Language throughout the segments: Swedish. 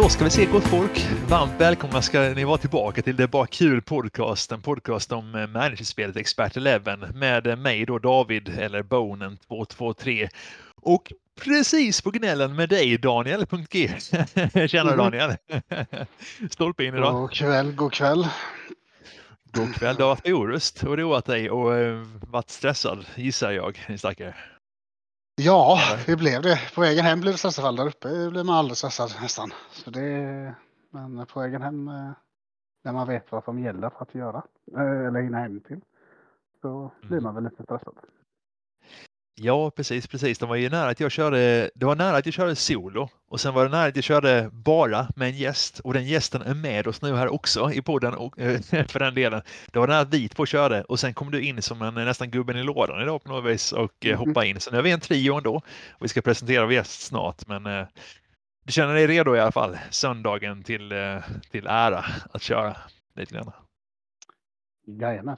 Då ska vi se, gott folk. Varmt välkomna ska ni vara tillbaka till Det Bara Kul podcast. En podcast om managerspelet Expert 11 med mig då David eller Bonen 223. Och precis på gnällen med dig Daniel.g. Tjena Daniel. Stolpe in idag. God kväll, god kväll. God kväll, du har varit orust och roat dig och varit stressad gissar jag, ni stackare. Ja, det blev det. På vägen hem blev det stressad. Där uppe blir man aldrig stressad nästan. Så men på vägen hem, när man vet vad som gäller för att göra, eller hinna hem till, så blir man väl lite stressad. Ja, precis. Det var ju nära att jag körde solo och sen var det nära att jag körde bara med en gäst och den gästen är med oss nu här också i podden och, för den delen. Det var nära att vi två körde och sen kom du in som en nästan gubben i lådan idag på något vis och hoppa in. Så nu är vi en trio ändå och vi ska presentera vår gäst snart, men du känner dig redo i alla fall söndagen till ära att köra lite grann. Jajamän.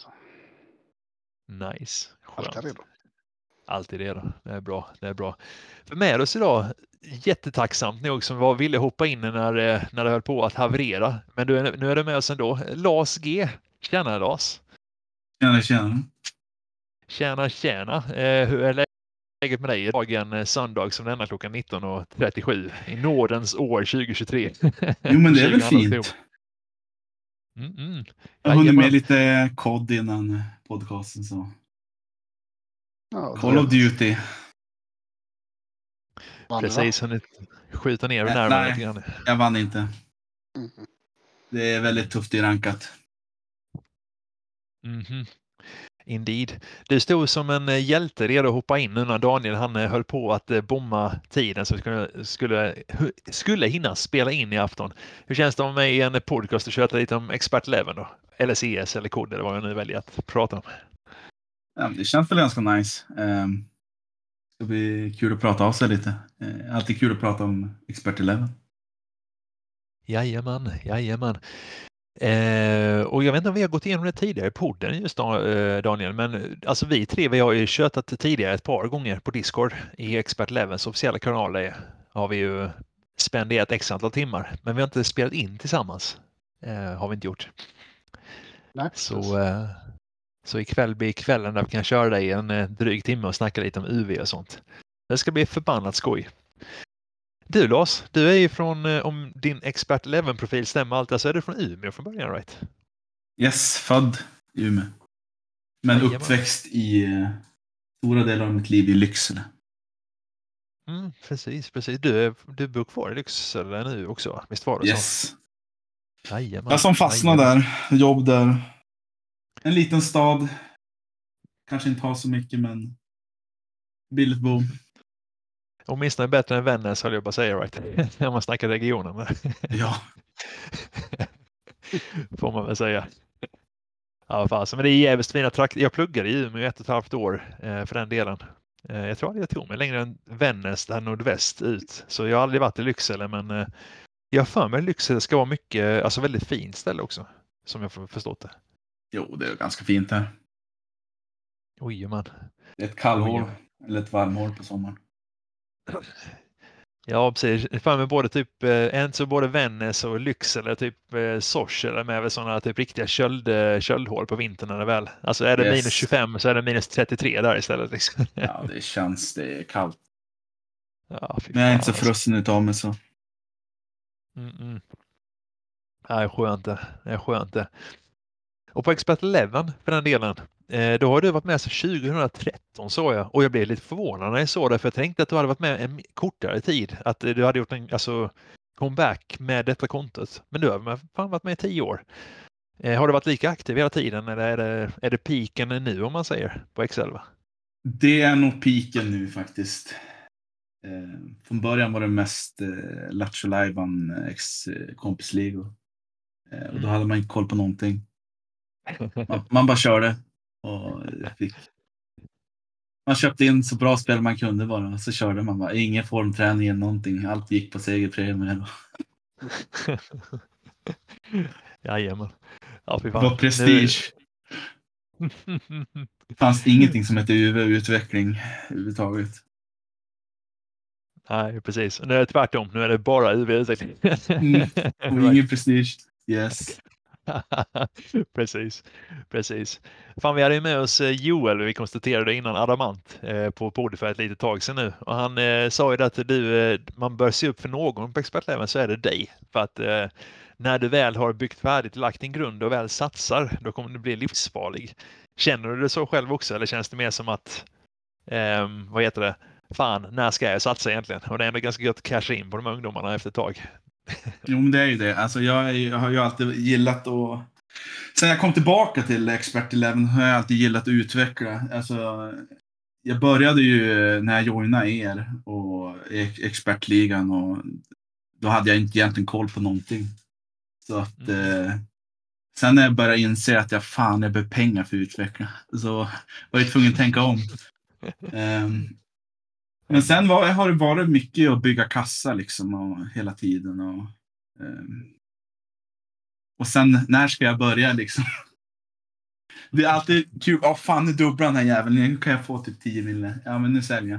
Nice. Skönt. Alltid redo. Alltid redo. Det är bra. För med oss idag, jättetacksamt nog som ville hoppa in när det höll på att haverera. Men nu är du med oss ändå. Lars G. Tjena Lars. Tjena. Hur är läget med dig idag en söndag som denna klockan 19.37 i nådens år 2023? Jo men det är väl fint. Jag har hunnit med lite kod innan podcasten så. Ja, Call of Duty. Precis, hunnit skjuta ner närmare lite grann. Jag vann inte. Det är väldigt tufft i rankat. Indeed. Du stod som en hjälte redo att hoppa in nu när Daniel han höll på att bomma tiden så skulle hinna spela in i afton. Hur känns det om mig i en podcast och köra lite om Expert 11 då? Eller CS eller kod eller vad jag nu väljer att prata om. Ja, det känns väl ganska nice. Det blir kul att prata av sig lite. Alltid kul att prata om Expert 11. Jajamän. Och jag vet inte om vi har gått igenom det tidigare i podden just Daniel, men alltså vi har ju köttat tidigare ett par gånger på Discord i Expert 11s officiella kanaler har vi ju spenderat x antal timmar, men vi har inte spelat in tillsammans. Har vi inte gjort. Nej. Så ikväll blir kvällen där vi kan köra dig en dryg timme och snacka lite om UV och sånt. Det ska bli förbannat skoj. Du Lars, du är ju från, om din Expert 11-profil stämmer allt, så är du från Umeå från början, right? Yes, född i Umeå. Men uppväxt i stora delar av mitt liv i Lycksele. Precis. Du bor kvar i Lycksele nu också, visst var det yes. Så? Jajamän. Jag som fastnade där, jobb där. En liten stad. Kanske inte har så mycket, men billigt bo. Åtminstone bättre än Vännäs, höll jag bara säga, right? När man snackar regionen. Ja. Får man väl säga. Ja, fast, men det är jävligt fina trakter. Jag pluggade i Umeå 1,5 år för den delen. Jag tror att jag tog mig längre än Vännäs, där nordväst ut. Så jag har aldrig varit i Lycksele, men jag för mig Lycksele ska vara mycket, alltså väldigt fint ställe också. Som jag får förstått det. Jo, det är ganska fint här. Oj, man. Det är ett kallhål eller ett varmhål på sommaren. Ja, precis. För mig både Vännäs och Lycksele, typ Sorsele med väl sådana typ riktiga köldhål på vintern när det väl. Alltså är det minus 25 så är det minus 33 där istället. Liksom. Ja, det är kallt. Ja, men jag är inte så frusen utav mig så. Nej, skönt det. Och på Expert 11 för den delen, då har du varit med sedan 2013 så jag. Och jag blev lite förvånad när jag såg det, för jag tänkte att du hade varit med en kortare tid. Att du hade gjort en comeback med detta kontot. Men du har fan varit med i 10 år. Har du varit lika aktiv hela tiden eller är det piken nu om man säger på X11? Det är nog piken nu faktiskt. Från början var det mest Lattjo Lajban ex-kompisligor. Och då hade man inte koll på någonting. Man bara körde och man köpte in så bra spel man kunde bara och så körde man bara. Ingen formträning eller någonting. Allt gick på segerpremier. Jajamän. Ja, det var prestige. Det fanns ingenting som hette UV-utveckling överhuvudtaget. Nej, precis. Nu är det tvärtom. Nu är det bara UV-utveckling. Och ingen prestige. Yes. Precis. Fan, vi hade ju med oss Joel, vi konstaterade innan, Adamant på podden för ett litet tag sedan nu. Och han sa ju att man bör se upp för någon på expertleveln, så är det dig. För att när du väl har byggt färdigt, lagt din grund och väl satsar, då kommer du bli livsfarlig. Känner du det så själv också, eller känns det mer som att vad heter det? Fan, när ska jag satsa egentligen? Och det är ändå ganska gött att casha in på de ungdomarna efter ett tag. Jo, men det är ju det. Alltså, jag har ju alltid gillat att... Sen jag kom tillbaka till Expert 11 har jag alltid gillat att utveckla. Alltså, jag började ju när jag joinade er och expertligan, och då hade jag inte egentligen koll på någonting. Så att sen när jag började inse att jag behöver pengar för att utveckla, så var jag tvungen att tänka om. Men sen har det varit mycket att bygga kassa liksom, och hela tiden. Och sen, när ska jag börja liksom? Det är alltid kul. Fan, nu dubblar den här jäveln. Nu kan jag få typ 10 miljoner. Ja, men nu säljer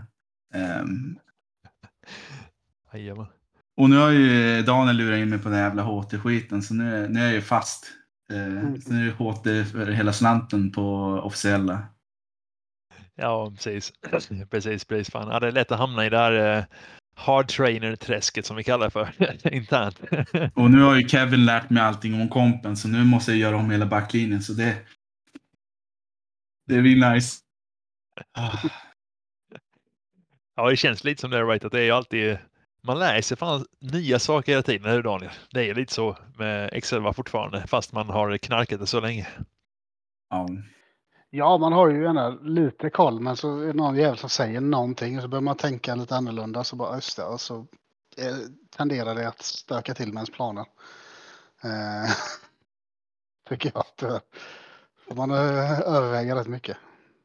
jag. Och nu har ju Daniel lurat in mig på den jävla HT-skiten. Så nu är jag ju fast. Så nu är det HT för hela slanten på officiella. Ja, precis. Fan. Ja, det är lätt att hamna i det här hard trainer-träsket som vi kallar det för internt. Och nu har ju Kevin lärt mig allting om kompen, så nu måste jag göra om hela backlinjen, så det blir nice. Ja, det känns lite som det, right, att det är alltid, man lär sig fan nya saker hela tiden, eller Daniel? Det är lite så med Excel fortfarande, fast man har knarkat det så länge. Ja, man har ju gärna lite koll, men så är det någon jävel som säger någonting och så börjar man tänka lite annorlunda, så bara just det, och så tenderar det att stöka till med ens planer. Tycker jag att man överväger rätt mycket.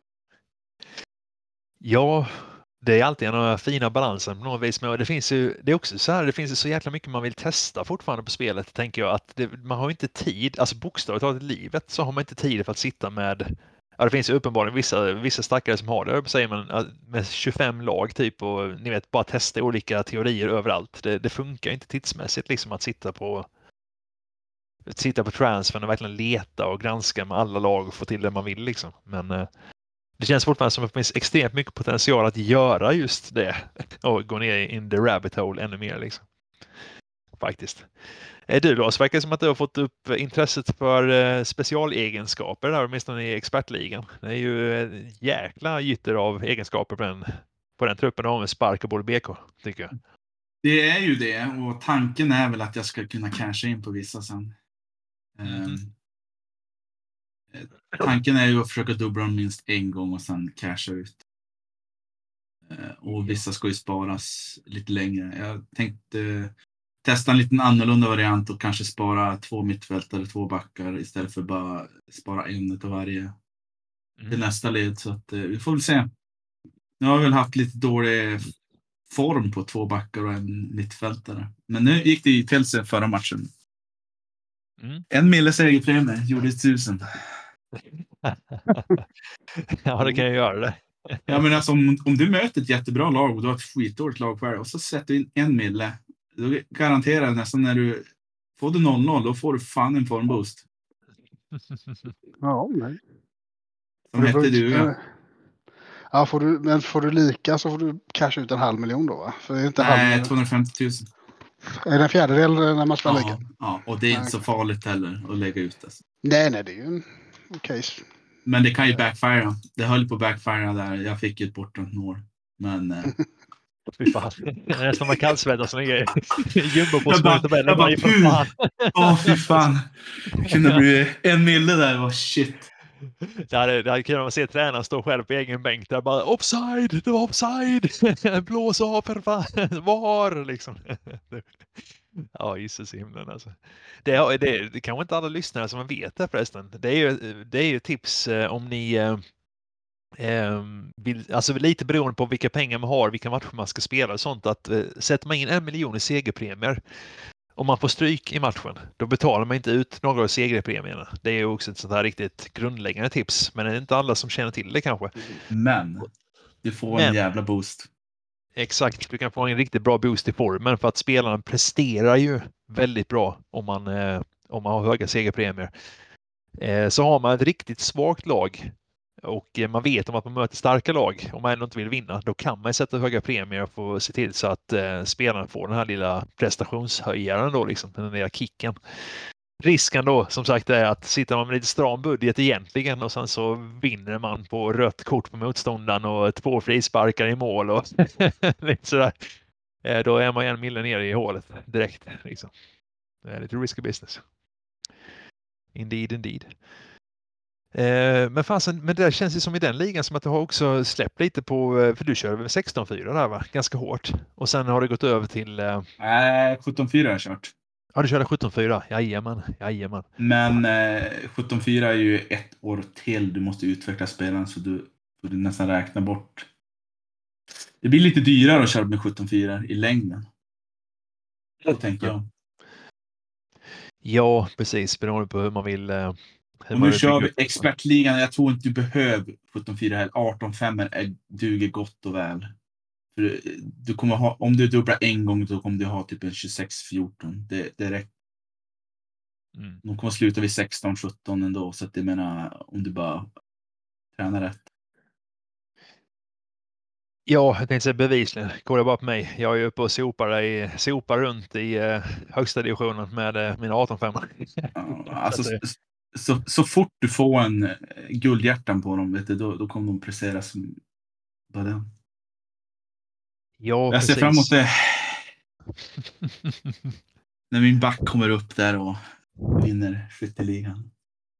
Ja, det är alltid en fina balansen på något vis. Men det finns ju, det är också så här, det finns ju så jäkla mycket man vill testa fortfarande på spelet, tänker jag. Att man har inte tid, alltså bokstavligt talat i livet så har man inte tid för att sitta med, ja, det finns ju uppenbarligen vissa stackare som har det, säger man, med 25 lag typ, och ni vet, bara testa olika teorier överallt. Det funkar inte tidsmässigt liksom att sitta på transfern och verkligen leta och granska med alla lag och få till det man vill liksom. Men det känns fortfarande som att det finns extremt mycket potential att göra just det och gå ner in the rabbit hole ännu mer liksom. Faktiskt. Du Lars, verkar som att du har fått upp intresset för specialegenskaper där, åtminstone i expertligan. Det är ju jäkla gytter av egenskaper på den truppen av med Spark och både BK, tycker jag. Det är ju det, och tanken är väl att jag ska kunna casha in på vissa sen. Tanken är ju att försöka dubbla dem minst en gång och sen casha ut. Och vissa ska ju sparas lite längre. Jag tänkte testa en liten annorlunda variant och kanske spara 2 mittfältare, 2 backar istället för bara spara en av varje till nästa led. Så att, vi får väl se. Nu har vi väl haft lite dålig form på 2 backar och en mittfältare. Men nu gick det ju till sig förra matchen. 1 mille segerpremie, gjorde 1000. Ja, det kan jag göra det. Ja, men alltså om du möter ett jättebra lag och du har ett skitdåligt lag själv och så sätter du in 1 mille, då garanterar jag nästan när du får du 0-0, då får du fan en formboost. Ja, nej. Som hette du. Ja, får du lika så får du casha ut 500 000 då, va? För det är inte 250 000. Är det en fjärdedel när man spelar lika? Ja, och det är inte så farligt heller att lägga ut det. Nej, det är ju en case. Men det kan ju backfire. Det höll på att backfire där. Jag fick ju ett bortdömt mål. Men... Fy fan. Det är som man kallsvettas som ligger jumbo på tabellen. Jag bara, fy fan. Det kunde bli 1 mille där. Shit. Det hade kunnat se tränaren stå själv på egen bänk där bara offside, det var offside. Blås av för fan. Var liksom. Ja, Jesus i himlen alltså. Det kanske inte alla lyssnare som vet det förresten. Det är ju tips om ni vill, alltså lite beroende på vilka pengar man har, vilka matcher man ska spela och sånt, att sätter man in 1 miljon i segerpremier, om man får stryk i matchen, då betalar man inte ut några av segerpremierna. Det är ju också ett sånt här riktigt grundläggande tips, men det är inte alla som känner till det kanske. Men du får en jävla boost. Exakt, du kan få en riktigt bra boost i formen för att spelarna presterar ju väldigt bra om man har höga segerpremier. Så har man ett riktigt svagt lag och man vet om att man möter starka lag om man ändå inte vill vinna, då kan man sätta höga premier och få se till så att spelarna får den här lilla prestationshöjaren då, liksom den där kicken. Risken då som sagt är att sitter man med lite stram budget egentligen och sen så vinner man på rött kort på motståndaren och 2 frisparkar i mål och lite sådär. Då är man 1 mille ner i hålet direkt. Liksom. Det är lite risky business. Indeed. Men det där känns ju som i den ligan som att du har också släppt lite på, för du kör väl 16-4 där va? Ganska hårt. Och sen har det gått över till... 17-4 har jag kört. Ja, du körde 17-4. Jajamän. Men 17-4 är ju 1 år till. Du måste utveckla spelaren så du nästan räknar bort. Det blir lite dyrare att köra med 17-4 i längden. Det tänker jag. Ja, precis. Beroende på hur man vill... Och nu kör vi expertligan. Jag tror inte du behöver 17-4 här. 18-5 duger gott och väl. För du kommer ha, om du dubblar en gång då kommer du ha typ en 26-14. Det räcker. De kommer sluta vid 16-17 ändå. Så att jag menar, om du bara tränar rätt. Ja, jag tänkte säga bevisligen. Går det bara på mig. Jag är ju uppe och sopar runt i högsta divisionen med mina 18-5. Ja, alltså, så fort du får en guldhjärtan på dem, vet du, då kommer de prestera som bara den. Ja, jag ser fram emot det. När min back kommer upp där och vinner skytteligan.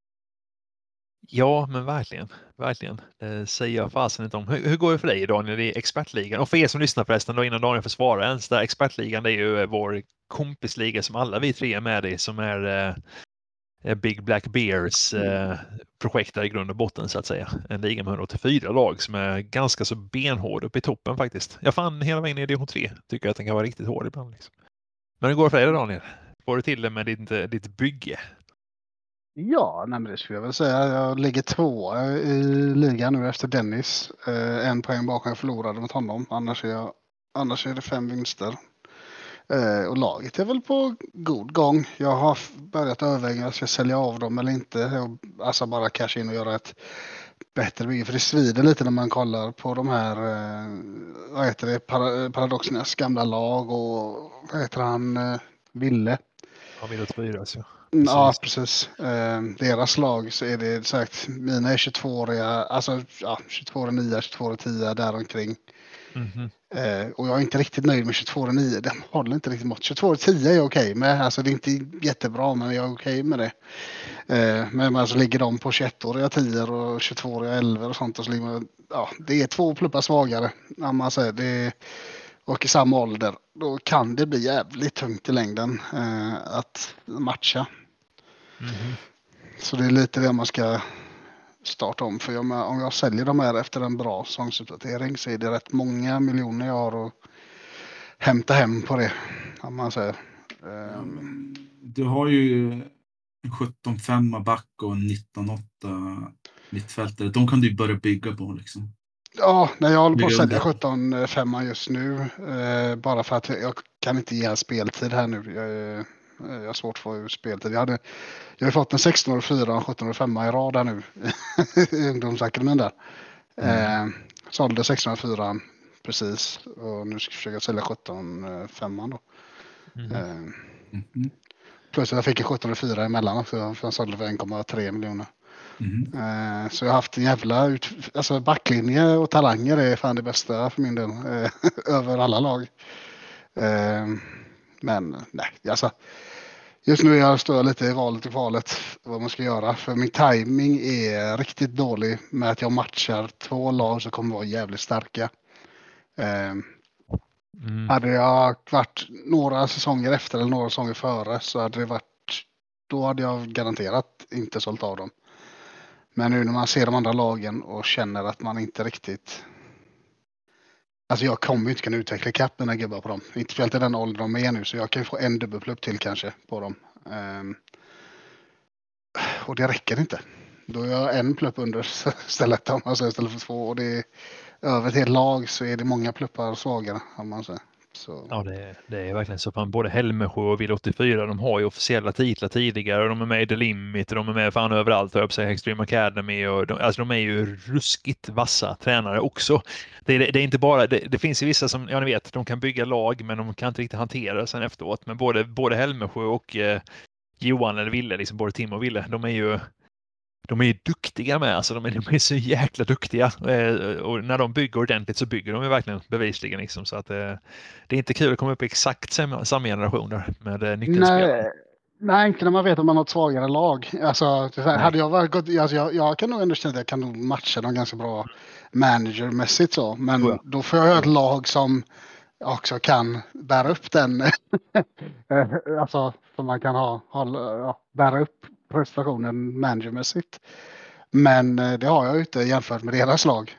Ja, men verkligen. Det säger jag fasen inte om. Hur går det för dig, Daniel, i expertligan? Och för er som lyssnar förresten, då innan Daniel får svara ens, där expertligan, det är ju vår kompisliga som alla vi 3 är med i, som är Big Black Bears projekt där i grund och botten så att säga. En liga med 184 lag som är ganska så benhård uppe i toppen faktiskt. Jag fann hela vägen i division 3. Tycker att den kan vara riktigt hård ibland. Liksom. Men hur går det för dig, Daniel? Får du till det med ditt bygge? Ja, nej, men det skulle jag väl säga. Jag ligger 2 i ligan nu efter Dennis. 1 poäng bakom, jag förlorade mot honom. Annars är det 5 vinster. Och laget är väl på god gång. Jag har börjat överväga att jag ska sälja av dem eller inte. Alltså bara casha in och göra ett bättre bygge. För det svider lite när man kollar på de här vad heter det, Paradoxernas gamla lag och vad heter han, Ville. Han vill att fyras, ja. Ja, precis. Deras lag så är det sagt, mina är 22-åriga, alltså 22-åriga 9, 22-åriga 10 däromkring. Och jag är inte riktigt nöjd med 22-9. Den håller inte riktigt mot. 22-10 är jag okej med. Alltså det är inte jättebra, men jag är okej med det. Men alltså ligger de på 21-åriga 10 och 22-åriga 11 och sånt. Och så ligger man, det är 2 pluppar svagare. När man säger det, och i samma ålder. Då kan det bli jävligt tungt i längden att matcha. Så det är lite det man ska starta om. För om jag säljer de här efter en bra säsongsuppdatering så är det rätt många miljoner jag har att hämta hem på det. Om man säger. Du har ju en 17-5 back och en 19-8 mittfältare. De kan du börja bygga på liksom. Ja, när jag håller på att sälja 17-5 just nu. Bara för att jag kan inte ge speltid här nu. Jag har svårt att få speltid. Jag har fått en 16-4 och 17-5 i rad här nu. I ungdomsakademin där. Sålde 16-4 precis. Och nu ska jag försöka sälja 17-5 då. Plus att jag fick en 17-4 emellan också. För jag sålde för 1,3 miljoner. Så jag har haft en jävla alltså backlinje och talanger är fan det bästa för min del. Över alla lag. Men nej, alltså. Just nu står jag lite i valet och kvalet vad man ska göra. För min timing är riktigt dålig med att jag matchar 2 lag som kommer vara jävligt starka. Hade jag varit några säsonger efter eller några säsonger före så hade det varit, då hade jag garanterat inte sålt av dem. Men nu när man ser de andra lagen och känner att man inte riktigt... Alltså jag kommer inte kunna utveckla kapp mina gubbar på dem. Inte speciellt i den åldern de är nu så jag kan få en dubbelplupp till kanske på dem. Och det räcker inte. Då är jag en plupp under stället om man säger, istället för 2. Och det är över ett helt lag så är det många pluppar svagare om man säger. Så. Ja, det är verkligen så. Fan, både Helmesjö och Vill 84, de har ju officiella titlar tidigare. De är med i The Limit och de är med fan överallt. Jag säga Extreme Academy. Och de är ju ruskigt vassa tränare också. Det är inte bara, det finns ju vissa som, ja ni vet, de kan bygga lag men de kan inte riktigt hantera det sen efteråt. Men både Helmesjö och Johan eller Ville, liksom både Tim och Ville, de är ju duktiga med, alltså de är så jäkla duktiga och när de bygger ordentligt så bygger de ju verkligen bevisligen liksom, så att det är inte kul att komma upp i exakt samma generation där med nyckelspelare. Nej, inte när man vet att man har ett svagare lag. Alltså, hade jag varit gott, alltså, jag kan nog underkänna att jag kan nog matcha dem ganska bra managermässigt så, men då får jag ha ett lag som också kan bära upp den, alltså som man kan bära upp prestationen managermässigt. Men det har jag ju inte jämfört med deras lag.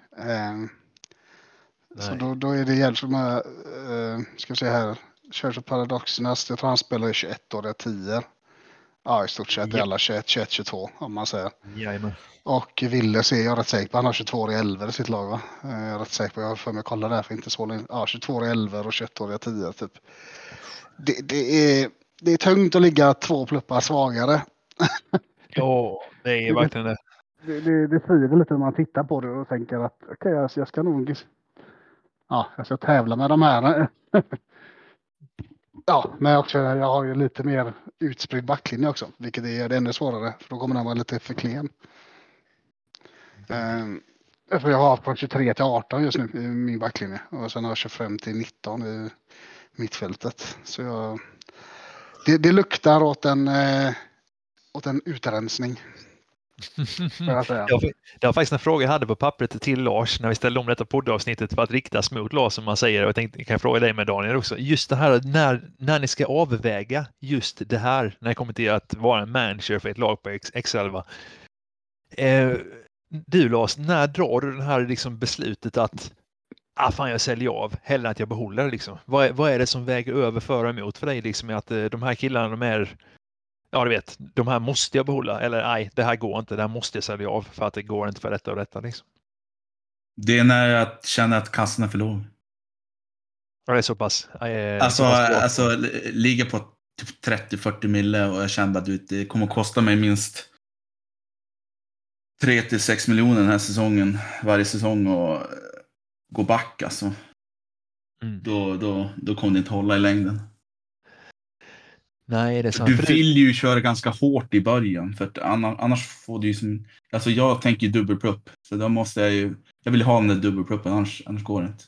Så då är det hjälp med, ska vi se här, Church of Paradoxernas, det får han spela i 21-åriga 10. Ja, i stort sett i alla 21-22 om man säger. Jajamän. Och Ville ser jag rätt säker på, han har 22-åriga 11 i sitt lag va? Jag är rätt säker på, jag får mig kolla där för inte så länge. Ja, 22-åriga 11 och 21-åriga 10 typ. Det är tungt att ligga 2 pluppar svagare. Ja, det är verkligen det. Det svider lite när man tittar på det och tänker att okej, jag ska nog jag ska tävla med de här. Ja, men också jag har ju lite mer utspridd backlinje också, vilket är det ännu svårare för då kommer den vara lite för klen. För jag har från 23 till 18 just nu i min backlinje och sen har jag 25 till 19 i mittfältet. Så det luktar åt en utrensning. Det var faktiskt en fråga jag hade på pappret till Lars när vi ställde om detta poddavsnittet för att riktas mot Lars som man säger. Jag tänkte, kan jag fråga dig med Daniel också. Just det här när ni ska avväga just det här när det kommer till att vara en manager för ett lag på X11. Du Lars, när drar du det här liksom beslutet att fan jag säljer av hellre att jag behåller liksom? Vad är det som väger över för och emot för dig liksom att de här killarna de är, ja du vet, de här måste jag behålla eller nej, det här går inte, det här måste jag sälja av för att det går inte för detta och detta liksom. Det är när jag känner att kassan är för låg. Ja, det är så pass. Alltså ligger på typ 30-40 mille och jag känner att det kommer att kosta mig minst 3-6 miljoner den här säsongen, varje säsong och gå back alltså. Då kommer det inte hålla i längden. Nej, det är sant. Du vill ju köra ganska hårt i början för att annars får du ju som, alltså jag tänker ju dubbelplupp så då måste jag vill ha den där dubbelpluppen annars går det inte.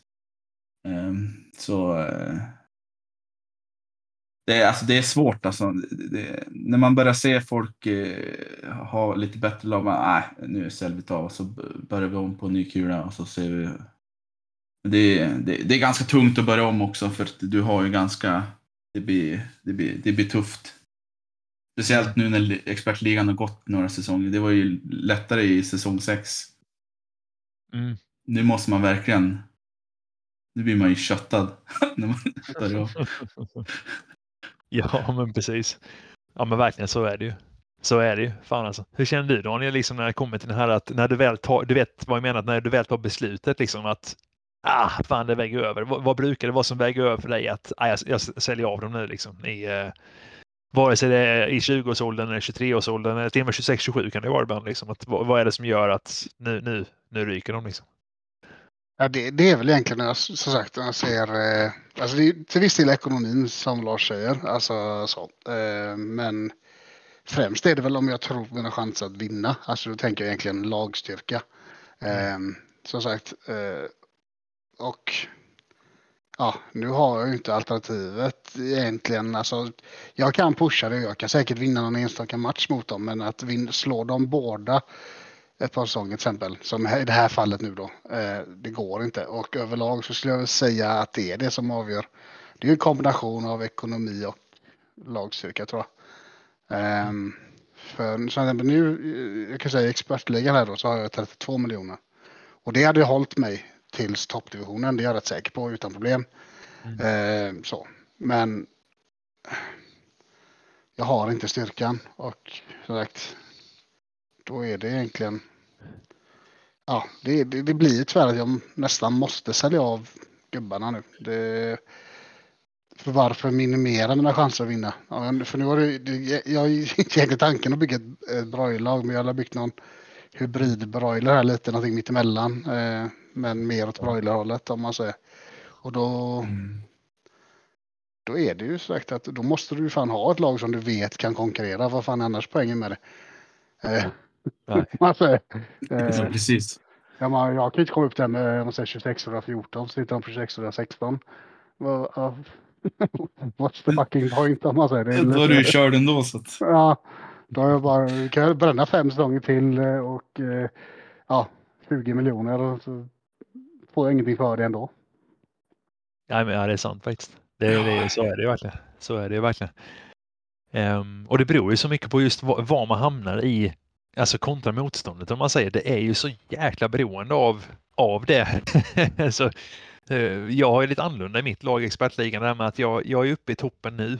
Det är svårt alltså. När man börjar se folk ha lite bättre lag, nu säljer vi av och så börjar vi om på en ny kula och så ser vi. Det är ganska tungt att börja om också för att du har ju ganska, det blir tufft. Speciellt nu när expertligan har gått några säsonger. Det var ju lättare i säsong 6. Nu måste man verkligen, nu blir man ju köttad när man börjar om. Ja, men precis. Ja, men verkligen så är det ju. Så är det ju. Fan alltså. Hur känner du Daniel liksom när det kommer till det här att när du väl tar, du vet vad jag menar, när du väl tar beslutet liksom att fan det väger över. Vad brukar det vara som väger över för dig att jag säljer av dem nu liksom vare sig det är i 20-årsåldern eller 23-årsåldern eller till och med 26-27 kan det vara ibland liksom att vad är det som gör att nu ryker de liksom? Ja, det är väl egentligen när jag, som sagt, jag ser, alltså det är till viss del ekonomin som Lars säger, alltså så. Men främst är det väl om jag tror mina chanser att vinna, alltså då tänker jag egentligen lagstyrka. Som sagt, och ja, nu har jag ju inte alternativet egentligen, alltså jag kan pusha det, jag kan säkert vinna någon enstaka match mot dem, men att slå dem båda ett par säsonger till exempel, som i det här fallet nu då, det går inte. Och överlag så skulle jag väl säga att det är det som avgör. Det är en kombination av ekonomi och lagstyrka tror jag. För så nu, jag kan säga expertligan här då, så har jag 32 miljoner. Och det hade hållit mig tills toppdivisionen, det är jag rätt säker på utan problem. Så. Men jag har inte styrkan och som sagt, då är det egentligen... Ja, det blir tyvärr att jag nästan måste sälja av gubbarna nu. För varför minimera mina chanser att vinna? Ja, för nu har jag har ju inte egentligen tanken att bygga ett broilerlag, men jag har byggt någon hybrid-broiler här lite, någonting mittemellan. Men mer åt broilerhållet om man säger. Och då är det ju sagt att då måste du fan ha ett lag som du vet kan konkurrera. Vad fan är annars poängen med det? Man säger. Ja, precis. Ja, jag kan inte komma upp där med 2614, så sitter de på 2616. What's the fucking point om man säger det? Då är du ju körd ändå. Så att... Ja, då har jag bara, kan jag bränna 5 säsonger till och 20 miljoner och så får jag ingenting för det ändå. Ja, men det är sant faktiskt. Så är det ju verkligen. Så är det ju verkligen. Och det beror ju så mycket på just var man hamnar i, alltså kontra motståndet om man säger. Det är ju så jäkla beroende av det. Så, jag har ju lite annorlunda i mitt lag, expertligan, där med att jag är uppe i toppen nu.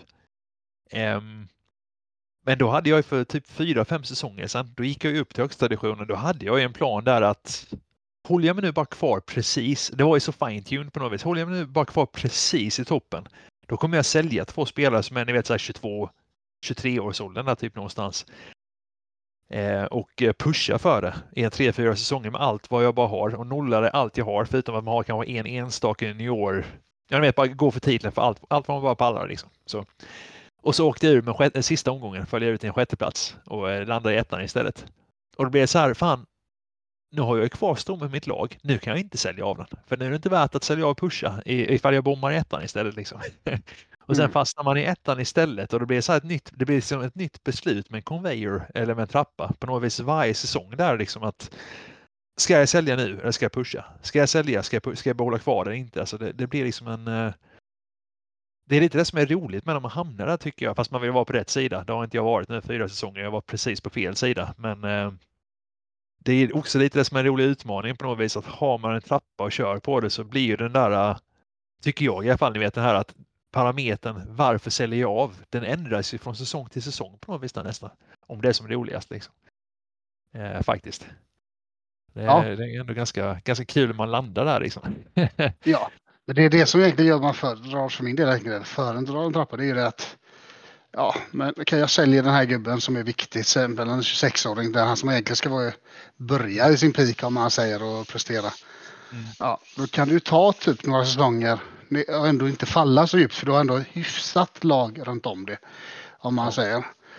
Men då hade jag ju för typ 4-5 säsonger sedan, då gick jag upp till högsta divisionen. Då hade jag ju en plan där att håller jag mig nu bara kvar precis, det var ju så fine-tuned på något vis, håller jag mig nu bara kvar precis i toppen, då kommer jag sälja 2 spelare som är, ni vet, så här 22-23 års åldern där typ någonstans. Och pusha för det i 3-4 säsonger med allt vad jag bara har och nollade allt jag har, förutom att man har kanske en enstaka junior. Jag vet, bara gå för titeln för allt vad man bara pallar liksom. Så. Och så åkte jag ur med sista omgången, följde ut till en 6:e plats och landade i 1:an istället. Och då blev det så här, fan, nu har jag kvar stom med mitt lag. Nu kan jag inte sälja av den. För nu är det inte värt att sälja av och pusha ifall jag bommar i 1:an istället. Liksom. Och sen fastnar man i 1:an istället och det blir så här det blir som ett nytt beslut med en conveyor eller med en trappa på något vis varje säsong där liksom att ska jag sälja nu eller ska jag pusha? Ska jag sälja? Ska jag behålla kvar det inte? Alltså det blir liksom det är lite det som är roligt med när man hamnar där tycker jag, fast man vill vara på rätt sida. Det har inte jag varit nu 4 säsonger. Jag var precis på fel sida, men det är också lite det som är en rolig utmaning på något vis, att har man en trappa och kör på det så blir ju den där, tycker jag i alla fall, ni vet den här att parametern varför säljer jag av, den ändras ju från säsong till säsong på något vis där nästan. Om det är som roligast liksom. Faktiskt. Det är ändå ganska kul när man landar där liksom. Ja, men det är det som egentligen gör man föredrar för min del. Föredrar en trappa, det är ju det att men kan jag sälja den här gubben som är viktig, exempel en 26-åring där han som egentligen ska börja i sin peak om man säger och prestera. Ja, då kan du ta typ några säsonger och ändå inte falla så djupt, för du har ändå ett hyfsat lag runt om det om man säger.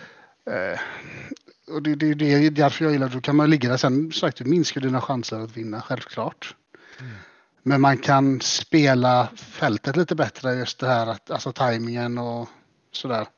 Och det är därför jag gillar, då kan man ligga där sen, sagt, du minskar dina chanser att vinna självklart. Men man kan spela fältet lite bättre, just det här att alltså tajmingen och sådär.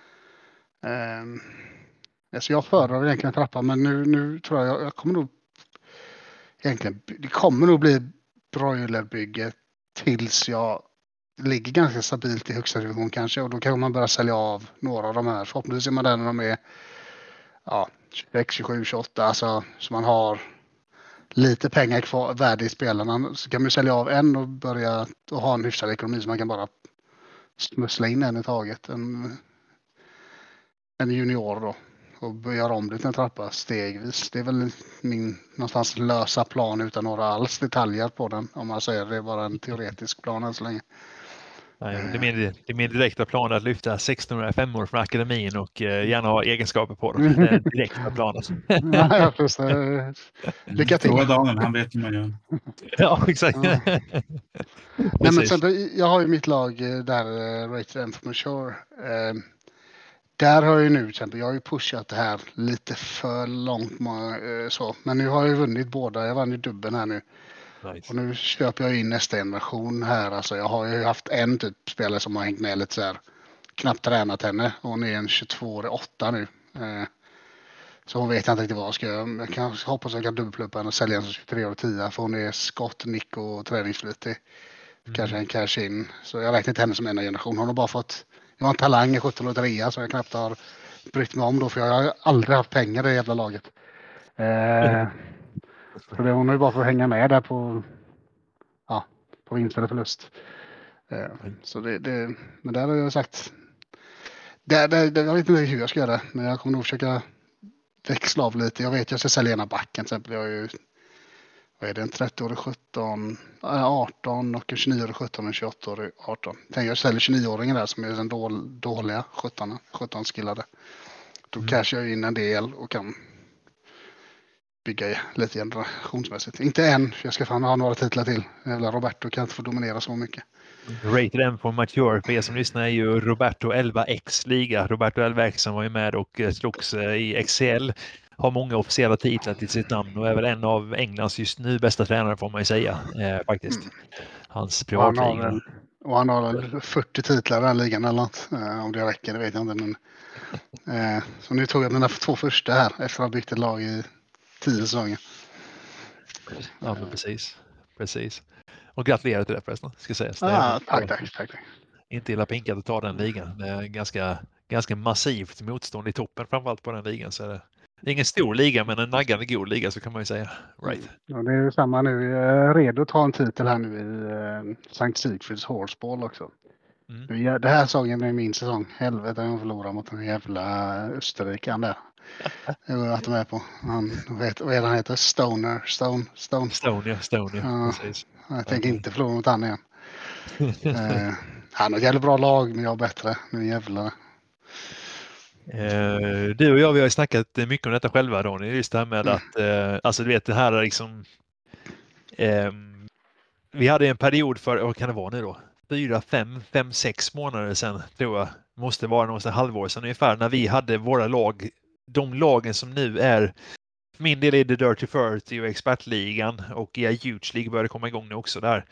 Så jag föredrar egentligen trappa, men nu tror jag kommer nog egentligen, det kommer nog bli broilerbygge tills jag ligger ganska stabilt i högsta division kanske, och då kan man börja sälja av några av de här. Förhoppningsvis är man där när de är 26, 27, 28, alltså så man har lite pengar kvar värde i spelarna, så kan man sälja av en och börja och ha en hyfsad ekonomi så man kan bara smussla in en i taget. En junior då och göra om det till en trappa stegvis. Det är väl min någonstans lösa plan utan några alls detaljer på den, om man säger det är bara en teoretisk plan än så länge. Nej, det är min direkta plan att lyfta 1605 år från akademin och gärna ha egenskaper på dem. Det är den direkta planen. Ja, precis. Lycka till. Daniel, han vet hur man gör. Ja, exakt. Ja. Nej, men sen, jag har ju mitt lag där, Rated M for Mature. Där har jag ju nu, till exempel, jag har ju pushat det här lite för långt så. Men nu har jag ju vunnit båda. Jag vann ju dubbeln här nu. Nice. Och nu köper jag in nästa generation här. Alltså jag har ju haft en typ spelare som har hängt med lite så här. Knappt tränat henne. Hon är en 22-8 nu. Så hon vet inte riktigt vad jag ska göra. Jag kan hoppas att jag kan dubbelpluppa henne och sälja en som 23-10. För hon är skott, nick och träningsflitig. Kanske en cash in. Så jag räknar inte henne som en generation. Hon har bara fått... Jag har en talang i 17-3 som jag knappt har brytt mig om då. För jag har aldrig haft pengar i det jävla laget. Så hon har ju bara fått hänga med där på vinst eller förlust. Så men där har jag sagt... jag vet inte hur jag ska göra. Men jag kommer nog försöka växla av lite. Jag vet jag ska sälja ena backen till exempel. Jag är ju, vad är det, en 30-årig 17, 18 och en 29-årig 17 och en 28-årig 18. Tänk jag säljer 29-åringen där som är den dåliga 17 skillade. Då cashar jag in en del och kan bygga lite generationsmässigt. Inte än, för jag ska fan ha några titlar till. Jävla Roberto kan inte få dominera så mycket. Rated M for Mature, för er som lyssnar, är ju Roberto 11X liga. Roberto 11X som var ju med och slogs i XCL. Har många officiella titlar till sitt namn och är väl en av Englands just nu bästa tränare får man ju säga faktiskt. Hans privatliga. Och han har väl 40 titlar i den ligan eller något. Om det räcker, det vet jag inte. Men, så nu tog jag mina 2 första här efter att ha byggt ett lag i 10 säsonger. Ja, men precis. Och gratulerar till det förresten, ska sägas. Tack. Inte illa pinkat att ta den ligan. Det är ganska massivt motstånd i toppen, framförallt på den ligan. Så det är ingen stor liga, men en naggande god liga, så kan man ju säga. Right. Ja, det är ju samma nu. Jag är redo att ta en titel här nu i Sankt Sigfrids Horseball också. Det här säsongen är min säsong. Helvete, jag förlorar mot den jävla Österrikan där. Att de är på. Vad är han heter? Stone. Ja, precis. Jag tänker inte förlora mot han igen. Han har ett jävla bra lag, men jag är bättre. Nu jävlar. Du och jag, vi har ju snackat mycket om detta själva, Ronny. Just det här med att, alltså du vet, det här är liksom... vi hade en period för, vad kan det vara nu då? 4, 5, 6 månader sedan, tror jag. Måste vara någonstans halvår sedan ungefär, när vi hade våra lag, de lagen som nu är, för min del är det Dirty 40 och Expertligan, och Huge League började komma igång nu också där.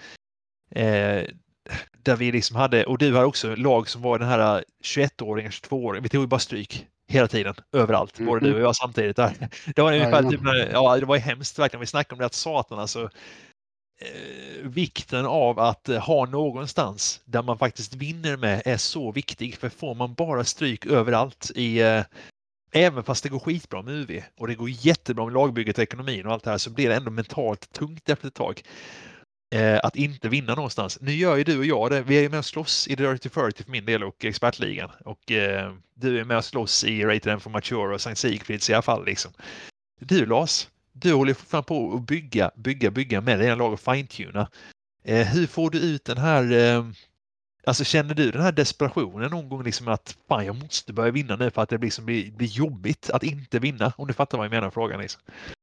Där vi liksom hade, och du har också lag som var den här 21-åringen, 22-åringen. Vi tog ju bara stryk hela tiden, överallt. Både du och jag samtidigt där. Det var ungefär typ, det var ju hemskt verkligen. Vi snackade om det att satan, alltså vikten av att ha någonstans där man faktiskt vinner med är så viktig. För får man bara stryk överallt även fast det går skitbra med UV och det går jättebra med lagbygget och ekonomin och allt det här, så blir det ändå mentalt tungt efter ett tag. Att inte vinna någonstans. Nu gör ju du och jag det. Vi är med och slåss i Dirty 40 för min del och Expertligan. Och du är med och slåss i Rated M for Mature och St. Sigfrids i alla fall. Liksom. Du, Lars, du håller fortfarande på att bygga med dina lag och fine-tuna. Hur får du ut den här... alltså känner du den här desperationen någon gång liksom att fan, jag måste börja vinna nu för att det liksom blir jobbigt att inte vinna? Om du fattar vad jag menar frågan liksom.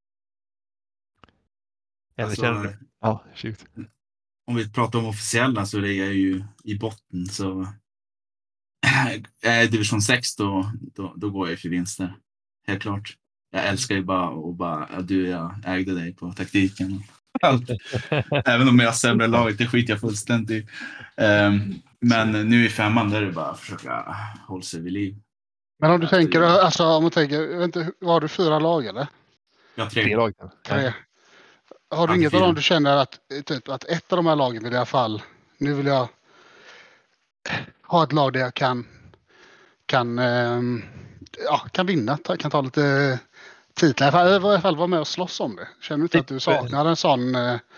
Eller alltså, känner du? Ja, shoot. Om vi pratar om officiella så är jag ju i botten, så är jag division 6 då går jag för vinster. Helt klart. Jag älskar ju bara att jag ägde dig på taktiken. Även om jag har sämre laget, det skiter jag fullständigt. Men nu i 5:an där är det bara att försöka hålla sig vid liv. Men om du tänker, alltså om man tänker, jag vet inte, har du 4 lag eller? Jag har 3 lag. 3. Har du inget av dem du känner att typ att ett av de här lagen vill i alla fall, nu vill jag ha ett lag där jag kan vinna, kan ta lite titlar, i alla fall vara med och slåss om det. Känner du inte att du saknar en sån?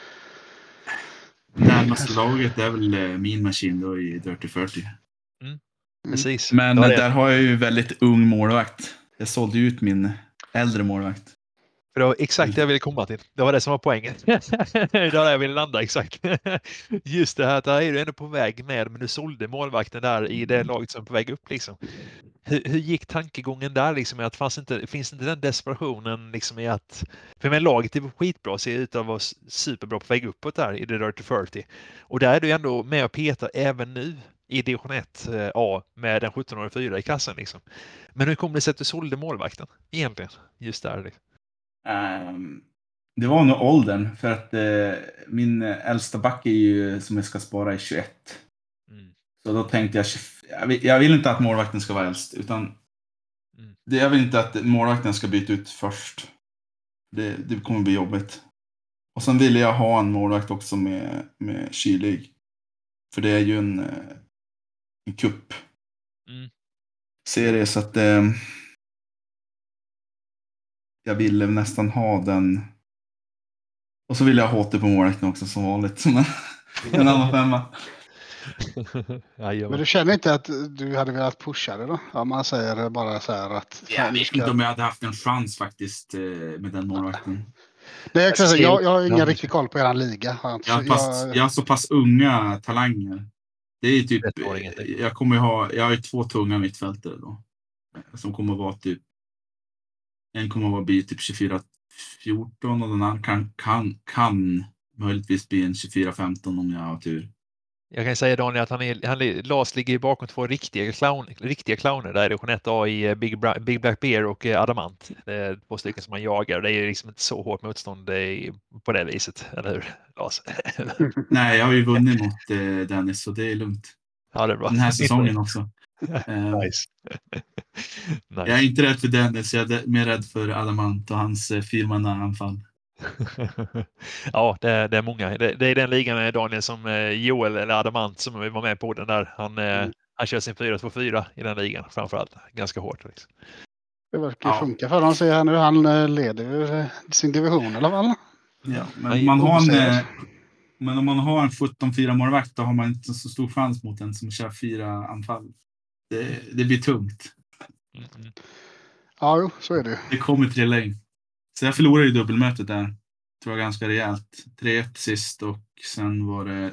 Närmaste laget är väl Mean Machine då i Dirty 40. Precis. Men där har jag ju väldigt ung målvakt. Jag sålde ut min äldre målvakt. För det var exakt det jag ville komma till. Det var det som var poängen. Det var där jag ville landa, exakt. Just det här, där är du ändå på väg med, men du sålde målvakten där i det laget som är på väg upp. Liksom. Hur gick tankegången där? Liksom, att finns inte den desperationen liksom, i att... För med laget är skitbra, ser ut att vara superbra på väg uppåt där i det Dirty 40. Och där är du ändå med och petar även nu i division 1A med den 17-åriga 4 i klassen. Liksom. Men hur kom det sig att du sålde målvakten egentligen? Just där. Liksom. Det var nog åldern, för att min äldsta back är ju som jag ska spara i 21. Så då tänkte jag vill inte att målvakten ska vara äldst, utan jag vill inte att målvakten ska byta ut först. Det kommer bli jobbigt. Och sen ville jag ha en målvakt också med kylig. För det är ju en kupp serie, så att jag ville nästan ha den. Och så ville jag ha HT på målvakten också som vanligt, som en annan 5. Men du känner inte att du hade velat pusha det då? Ja, man säger bara så här att... Jag vet inte om jag hade haft en chans faktiskt med den målvakten. Nej, jag har ingen riktig koll på er liga. Jag har så pass unga talanger. Det är typ... Jag har ju 2 tunga mittfältare då. Som kommer att vara typ... En kommer att vara typ 24-14 och den andra kan möjligtvis bli en 24-15 om jag har tur. Jag kan säga Daniel att Lars ligger bakom 2 riktiga clowner där i division 1A i Big Black Bear och Adamant. Det är 2 stycken som man jagar. Det är liksom inte så hårt motstånd på det viset, eller hur Lars? Nej, jag har ju vunnit mot Dennis så det är lugnt. Ja, det är bra. Den här säsongen också. Nice. Jag är inte rädd för Dennis, jag är mer rädd för Adamant och hans 4-manna-anfall. Ja, det är många. Det är den ligan med Daniel som Joel eller Adamant som var med på den där. Han kör sin 4-2-4 i den ligan framförallt. Ganska hårt. Liksom. Det verkar funka för honom. Ser här nu. Han leder sin division i alla fall. Ja, men om man har en 17-4 målvakt då har man inte så stor chans mot en som kör 4 anfall. Det blir tungt. Mm. Ja, jo, så är det. Det kommer trilla in. Så jag förlorade ju dubbelmötet där. Tror jag ganska rejält. 3-1 sist och sen var det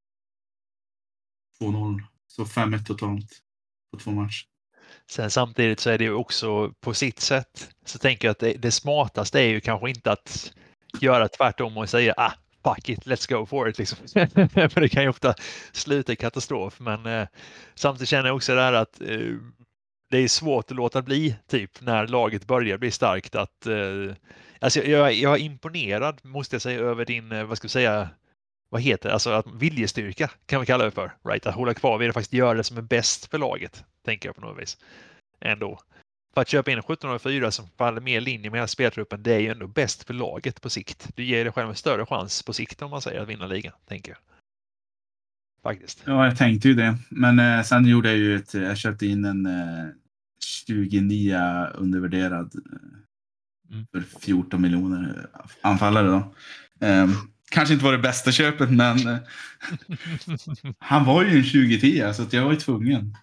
2-0. Så 5-1 totalt på 2 matcher. Sen samtidigt så är det ju också på sitt sätt så tänker jag att det smartaste är ju kanske inte att göra tvärtom och säga fuck it, let's go for it liksom. För det kan ju ofta sluta i katastrof, men samtidigt känner jag också där att det är svårt att låta bli typ när laget börjar bli starkt att alltså jag är imponerad måste jag säga över din vad heter det? Alltså att viljestyrka kan vi kalla det för, right? Att hålla kvar vid det, faktiskt göra det som är bäst för laget, tänker jag på något vis. Ändå. För att köpa in en 1704 som faller mer i linje med hela speltruppen, det är ju ändå bäst för laget på sikt. Du ger dig själv en större chans på sikt om man säger att vinna ligan, tänker jag. Faktiskt. Ja, jag tänkte ju det. Men sen gjorde jag ju jag köpte in en 29 undervärderad för 14 miljoner anfallare då. Kanske inte var det bästa köpet, men han var ju en 2010 så att jag var ju tvungen.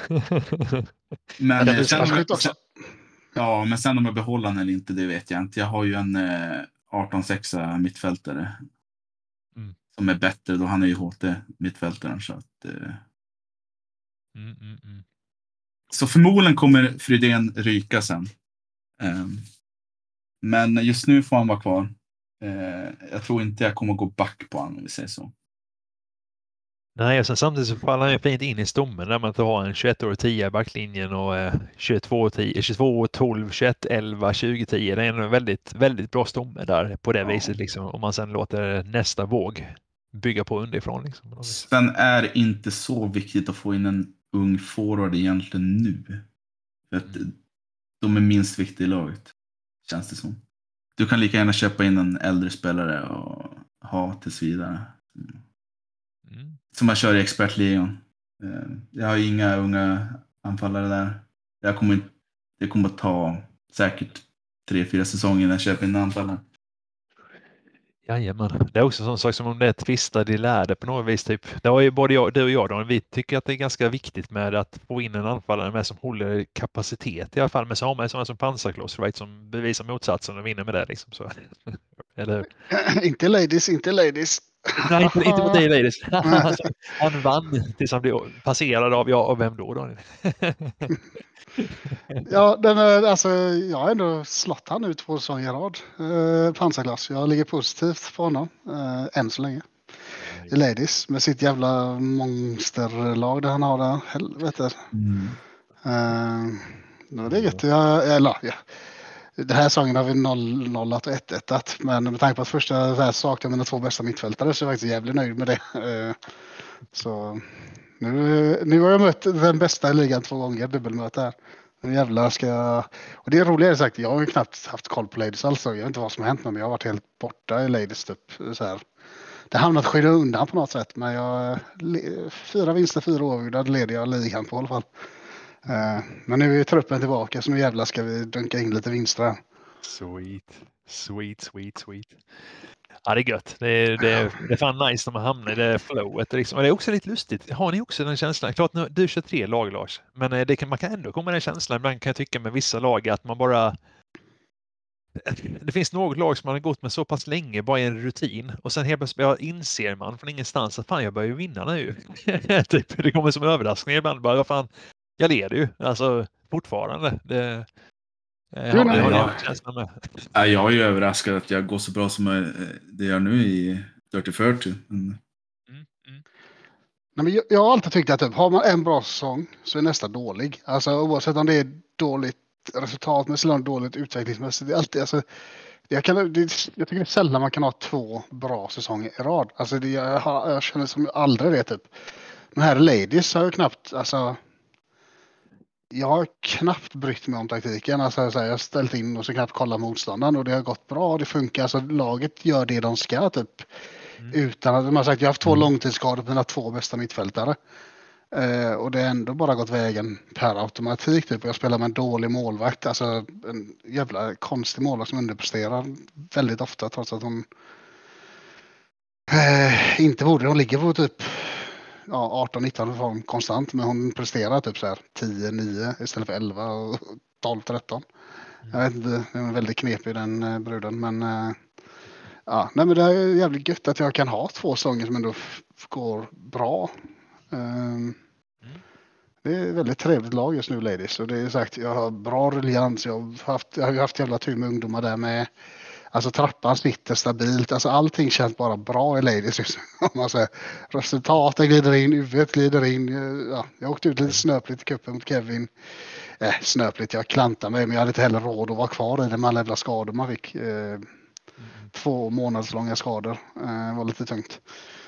Men sen om jag behåller han eller inte, det vet jag inte. Jag har ju en 18-6 mittfältare som är bättre då. Han är ju HT mittfältaren så att så förmodligen kommer Fridén ryka sen. Men just nu får han vara kvar. Jag tror inte jag kommer gå back på honom om vi säger så. Nej, och sen samtidigt så faller han ju fint in i stommen när man inte har en 21-10 i backlinjen och 22-12, 21-11, 20-10. Det är en väldigt, väldigt bra stomme där på det viset liksom. Om man sen låter nästa våg bygga på underifrån. Liksom. Sen är det inte så viktigt att få in en ung forward egentligen nu. För att de är minst viktiga i laget, känns det som. Du kan lika gärna köpa in en äldre spelare och ha tills vidare. Som jag kör i expertligan. Jag har inga unga anfallare där. Det kommer att ta säkert 3-4 säsonger när jag köper in anfallare. Jajamän. Det är också en sån sak som om det är tvistad i lärde på något vis. Typ. Det har ju både du och jag då, vi tycker att det är ganska viktigt med att få in en anfallare med som håller kapacitet i alla fall. Med sådana som pansarkloss, right, som bevisar motsatsen och vinner med det. Liksom. Så. Eller inte ladies. Nej, inte mot dig ladies. Han vann tills han blev passerad av vem då? Ja, jag har ändå slått han ut 2 säsonger i rad. Pansarklass. Jag ligger positivt på honom. Än så länge. I ladies med sitt jävla monsterlag där han har där. Helvete. Det är gött. Den här säsongen har vi 0-0 och 1-1. Men med tanke på att första saknar mina 2 bästa mittfältare så är jag faktiskt jävligt nöjd med det. Så nu har jag mött den bästa i ligan 2 gånger, dubbelmöte här. Nu jävlar ska jag... Och det är roligare sagt, jag har ju knappt haft koll på ladies alltså. Jag vet inte vad som har hänt med mig. Jag har varit helt borta i ladies typ. Så här. Det har hamnat skydda undan på något sätt. Men 4 vinster, 4 oavgjorda leder jag ligan på i alla fall. Men nu är truppen tillbaka så nu jävlar ska vi dunka in lite vinster här. Sweet. Ja, det är gött. Det är fan nice när man hamnar i det flowet. Liksom. Och det är också lite lustigt. Har ni också den känslan? Klart, du kör 3 lag, Lars. Men man kan ändå komma den känslan. Ibland kan jag tycka med vissa lag att man bara... Det finns något lag som man har gått med så pass länge, bara i en rutin. Och sen helt plötsligt inser man från ingenstans att fan, jag börjar ju vinna nu. Typ, det kommer som överraskning ibland. Bara, fan, jag leder ju. Alltså, fortfarande. Jag är ju överraskad att jag går så bra som det gör nu i Dirty 40. Nej, men jag har alltid tyckt att typ, har man en bra säsong så är nästa dålig. Alltså oavsett om det är dåligt resultatmässigt eller dåligt utvecklingsmässigt. Det är alltid, alltså, jag tycker det är sällan man kan ha 2 bra säsonger i rad. Alltså jag känner som aldrig det typ. Men här Ladies har jag knappt, alltså... Jag har knappt brytt mig om taktiken. Alltså, jag har ställt in och så knappt kolla motståndaren och det har gått bra. Det funkar. Alltså, laget gör det de ska typ. Utan att de har sagt jag har haft 2 långtidsskador på mina 2 bästa mittfältare. Och det har ändå bara gått vägen per automatik typ. Jag spelar med en dålig målvakt. Alltså en jävla konstig målvakt som underpresterar väldigt ofta trots att hon inte borde. Hon ligger på typ 18-19 form konstant, men hon presterar typ så här 10-9 istället för 11 och 12-13. Jag vet inte, det är väldigt knepig den bruden, men nej, men det är jävligt gött att jag kan ha 2 säsonger som ändå går bra. Det är ett väldigt trevligt lag just nu, Ladies, och det är sagt, jag har bra ruljans, jag har haft jävla tur med ungdomar där med. Alltså trappan sitter stabilt. Alltså allting känns bara bra i Ladies. Om man säger. Resultaten glider in, huvudet glider in. Ja, jag åkte ut lite snöpligt i kuppen mot Kevin. Snöpligt, jag klantade mig, men jag hade inte heller råd att vara kvar i det med alla jävla skador man fick. 2 månadslånga skador. Var lite tungt.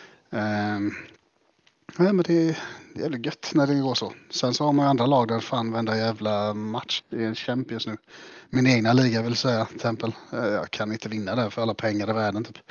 Ja, men det är jävligt gött när det går så. Sen så har man ju andra lag där fan varenda jävla match. Det är en kämp just nu. Min egna liga vill säga, Tempel. Jag kan inte vinna där för alla pengar i världen typ.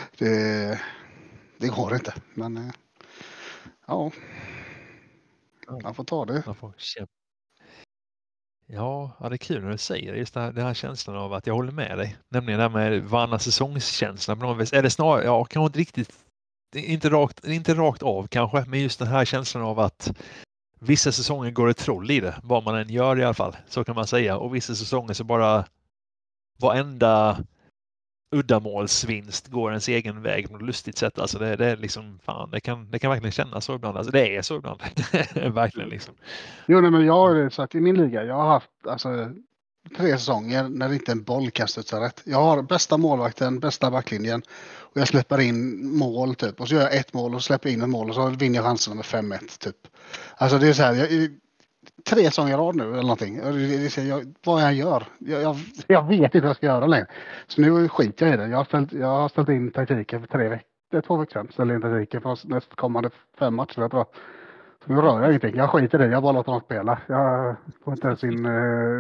Det går inte. Men ja. Man får ta det. Man får kämpa. Ja, det är kul när du säger just den här känslan av att jag håller med dig. Nämligen det här med varannan säsongskänslan. Är det snarare, kanske inte riktigt, inte rakt av kanske, men just den här känslan av att vissa säsonger går det troll i det, vad man än gör i alla fall, så kan man säga. Och vissa säsonger så bara varenda uddamålsvinst går ens egen väg på något lustigt sätt. Alltså det är liksom, fan, det kan verkligen kännas så ibland. Alltså det är så ibland. Verkligen liksom. Jo, nej, men jag har sagt i min liga, jag har haft alltså 3 säsonger när inte en boll kastat sig rätt. Jag har bästa målvakten, bästa backlinjen och jag släpper in mål typ. Och så gör jag 1 mål och släpper in ett mål och så vinner jag chanserna med 5-1 typ. Alltså det är så här, 3 säsonger i rad nu eller någonting. Vad jag gör. Jag vet inte vad jag ska göra längre. Så nu skiter jag i det. Jag har ställt in taktiken för 2 veckor sedan. Ställde in taktiken för nästkommande 5 matcher. Så nu rör jag ingenting. Jag skiter i det. Jag bara låter dem spela. Jag får inte ens in...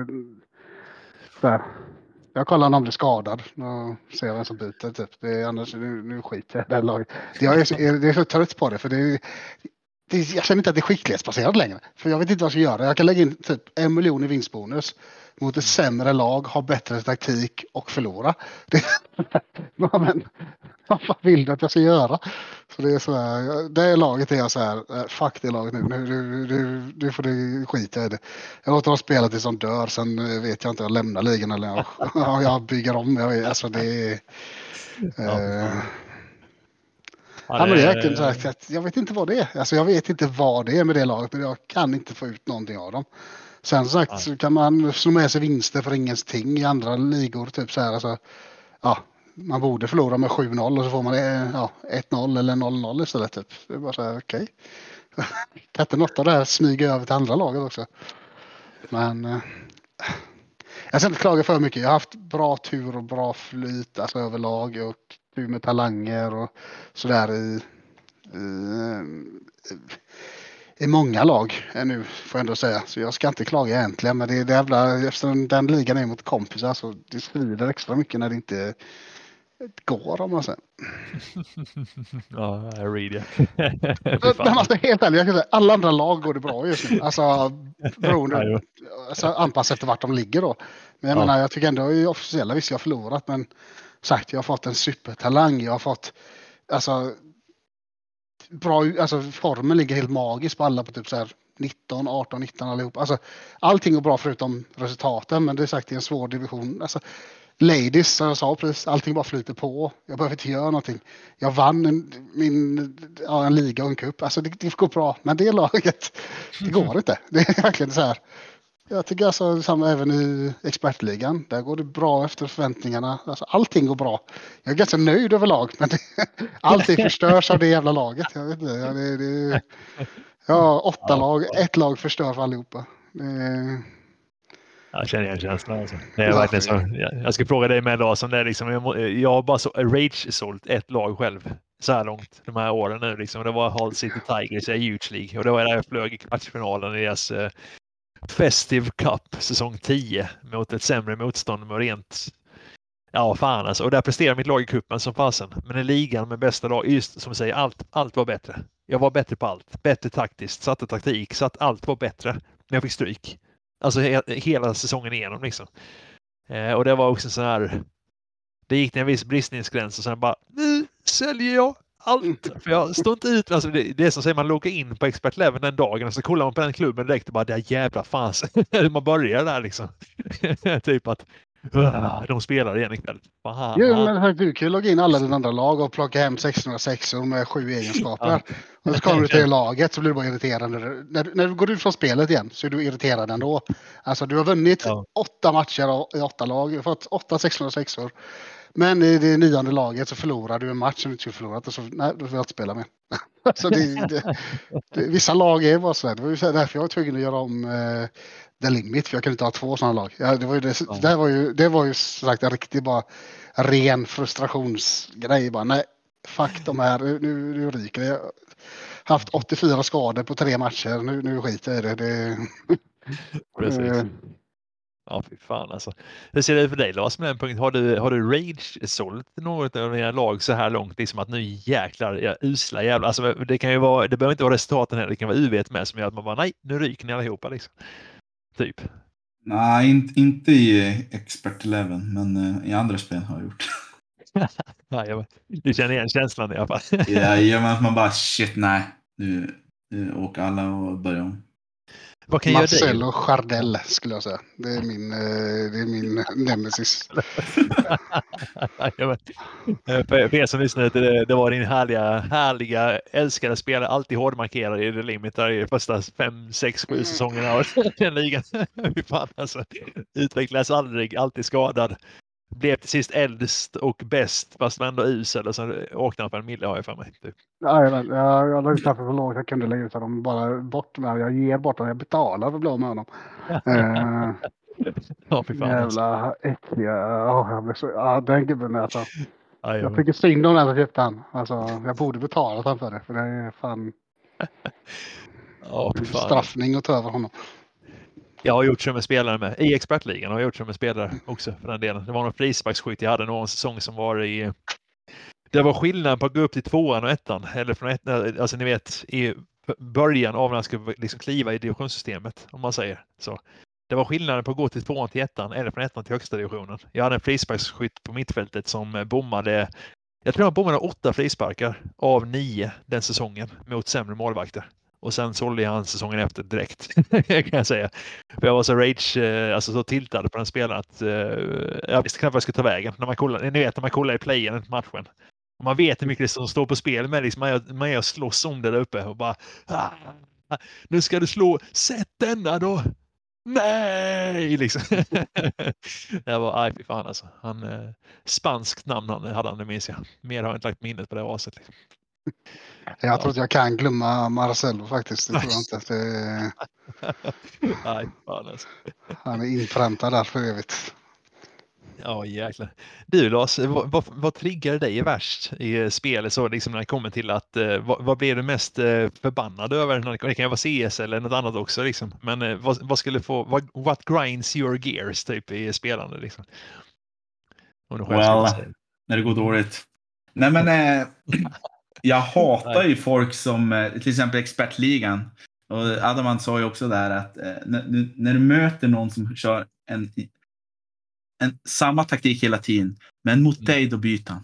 där. Jag kollar om de blir skadad och ser vem som byter. Typ. Annars nu skiter jag i det här laget. Jag är så trött på det. För jag känner inte att det är skicklighetsbaserat längre. För jag vet inte vad jag ska göra. Jag kan lägga in typ 1 miljon i vinstbonus mot ett sämre lag, ha bättre taktik och förlora. Men vad vill du att jag ska göra? Så det är så här, det laget är jag så här, fuck det laget nu får det skita i det. Jag låter dem spela tills de dör, sen vet jag inte, jag lämnar ligan eller jag bygger om. Alltså det är... Ja, men det är sagt att jag vet inte vad det är. Alltså jag vet inte vad det är med det laget, men jag kan inte få ut någonting av dem. Sen sagt så kan man slå med sig vinster för ingenting i andra ligor. Typ så här, alltså, man borde förlora med 7-0 och så får man 1-0 eller 0-0 istället. Typ. Det är bara så här, okej. Kan inte något av det här smyga över till andra laget också. Men jag ska inte klaga för mycket. Jag har haft bra tur och bra flyt alltså överlag och tur med talanger och sådär i många lag nu får jag ändå säga. Så jag ska inte klaga egentligen, men det är jävla, eftersom den ligan är mot kompisar så det svider extra mycket när det inte går om man säger. Ja, jag read det. Men alltså helt ärligt, jag kan säga, alla andra lag går det bra just nu. Alltså beroende, anpassat efter vart de ligger då. Men jag menar, jag tycker ändå i officiella visst jag har förlorat, men sagt, jag har fått en supertalang. Jag har fått, alltså, bra, alltså formen ligger helt magisk på alla på typ så här 19, 18, 19 allihop. Alltså, allting går bra förutom resultaten, men det är sagt i en svår division. Alltså, ladies, som jag sa precis, allting bara flyter på. Jag behöver inte göra någonting. Jag vann en liga och en cup. Alltså det går bra, men det laget, det går inte. Det är verkligen så här. Jag tycker alltså samma även i expertligan. Där går det bra efter förväntningarna. Alltså, allting går bra. Jag är ganska nöjd överlag, men allting förstörs av det jävla laget. Jag vet inte. Ja, 8 lag. Ett lag förstör för allihopa. Jag känner igen känslan alltså. Det är verkligen så. Jag ska fråga dig med idag som det är liksom, jag har bara så rage-sålt ett lag själv så här långt de här åren nu liksom. Det var Hull City Tigers i Huge League och det var där jag flög i kvartsfinalen i deras Festive Cup säsong 10 mot ett sämre motstånd med rent fan alltså. Och där presterade mitt lag i kuppen som fasen. Men i ligan med bästa lag, just som säger, allt var bättre. Jag var bättre på allt. Bättre taktiskt, satte taktik, så att allt var bättre. Men jag fick stryk. Alltså hela säsongen igenom liksom. Och det var också så här. Det gick till en viss bristningsgräns och sen bara, nu säljer jag allt. För jag står inte ut. Alltså det är som säger, man loggar in på Expert Level den dagen och så kollar man på den klubben direkt och bara, det är jävla fans. Man börjar där liksom. Typ att de spelar igen ikväll. Jo, men du kan ju logga in alla dina andra lag och plocka hem 606 med 7 egenskaper. Och så kommer du till laget så blir du bara irriterande. När du går ut från spelet igen så är du irriterad ändå. Alltså du har vunnit 8 matcher i 8 lag. Du har fått 8 606-or. Men i det 9:e laget så förlorar du en match som du inte skulle förlorat. Och så, nej, då får jag inte spela med. Så vissa lag är bara så här. Det var ju därför jag var tvungen att göra om The Limit. För jag kunde inte ha 2 sådana lag. Ja, det var ju sagt en riktigt bara ren frustrationsgrej. Bara, nej, fuck de här. Nu ryker det. Jag har haft 84 skador på 3 matcher. Nu skiter jag i det. Precis. Ja, fy fan alltså. Hur ser det ut för dig, Lars, med den punkten? Har du rage-sålt något av dina lag så här långt? Liksom att nu jäklar, usla jävlar. Alltså, det kan ju vara, det behöver inte vara resultaten heller. Det kan vara UV med som gör att man bara, nej, nu ryker ni allihopa liksom. Typ. Nej, inte i Expert Eleven, men i andra spel har jag gjort. Nej, du känner igen känslan i alla fall. Ja, men man bara, shit, nej. Nu åker alla och börjar om. Marcelo Chardell skulle jag säga. Det är min nemesis. För er som lyssnar, det var din härliga älskade spelare, alltid hårdmarkerad i The Limit där i första 5, 6, 7 säsongerna av den ligan. Fan, alltså, utvecklades aldrig, alltid skadad. Blev till sist äldst och bäst, fast var ändå usel, och sen åkte han för en mille, har jag för mig. Typ. Nej, jag la ut för så långt jag kunde lägga ut dem bara bort med. Jag ger bort dem, jag betalar för att bli av med honom. Jävla äckliga. Jag blev så, den gubben alltså. Jag tycker synd om den som köpte han. Alltså, jag borde betala han för det, för det är fan straffning att ta över honom. Jag har gjort som en spelare med. I expertligan har jag gjort som en spelare också för den delen. Det var någon frisparksskytt jag hade någon säsong som var i... Det var skillnad på att gå upp till 2:an och 1:an. Eller från 1, alltså ni vet, i början av när jag skulle liksom kliva i divisionssystemet, om man säger så. Det var skillnaden på att gå till 2:an till 1:an eller från 1:an till högsta divisionen. Jag hade en frisparksskytt på mittfältet som bommade... Jag tror han bommade 8 frisparkar av 9 den säsongen mot sämre målvakter. Och sen sålde jag han säsongen efter direkt, kan jag säga. För jag var så alltså så tiltad på den spelaren att jag visste knappt vad jag skulle ta vägen. När man kollar i playen på matchen. Och man vet hur mycket som står på spel, men liksom man är och slåss om det där uppe och bara nu ska du slå, sätt denna då! Nej! Liksom. Jag var fy fan alltså. Spanskt namn hade han, det minns jag. Mer har jag inte lagt minnet på det aset. Liksom. Jag tror att jag kan glömma Marcelo faktiskt. Det tror jag inte. Nej, fan alltså. Han är inpräntad där för evigt. Ja, jäklar. Du Lars, vad triggar dig värst i spelet så liksom när det kommer till att vad blir du mest förbannad över? Det kan ju vara CS eller något annat också liksom. Men vad skulle få what grinds your gears typ i spelande liksom? När det går dåligt. Nej men jag hatar ju folk som till exempel expertligan. Och Adamant sa ju också där att när du möter någon som kör samma taktik hela tiden. Men mot dig då byter han.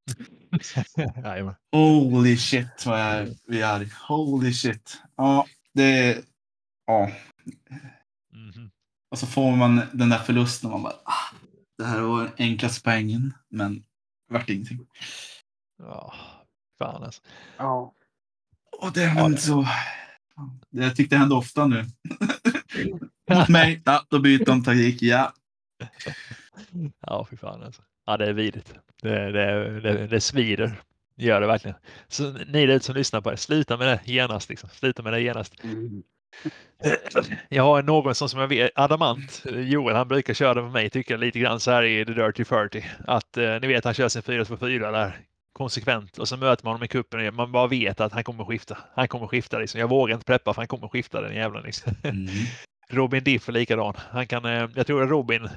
Jajamän. Holy shit vad jag är arg. Holy shit. Ja, det... Ja. Mhm. Och så får man den där förlusten och man bara... det här var den enklaste poängen. Men det vart ingenting. Ja, fan alltså. Ja. Och det hände så... Jag tyckte det hände ofta nu. Mot mig, ja, då byter de taktik, ja. Ja, fy fan alltså. Ja, det är vidrigt. Det svider. Gör det verkligen. Så ni där som lyssnar på det, sluta med det genast. Liksom. Sluta med det genast. Mm. Jag har någon som jag vet, Adamant, Joel, han brukar köra det med mig, tycker jag, lite grann så här i The Dirty 40. Att ni vet, han kör sin 4-2-4 där konsekvent och så möter man honom i kuppen och man bara vet att han kommer skifta. Han kommer skifta liksom. Jag vågar inte preppa för han kommer skifta den jävlen liksom. Robin Diff är likadan. Han kan, jag tror att Robin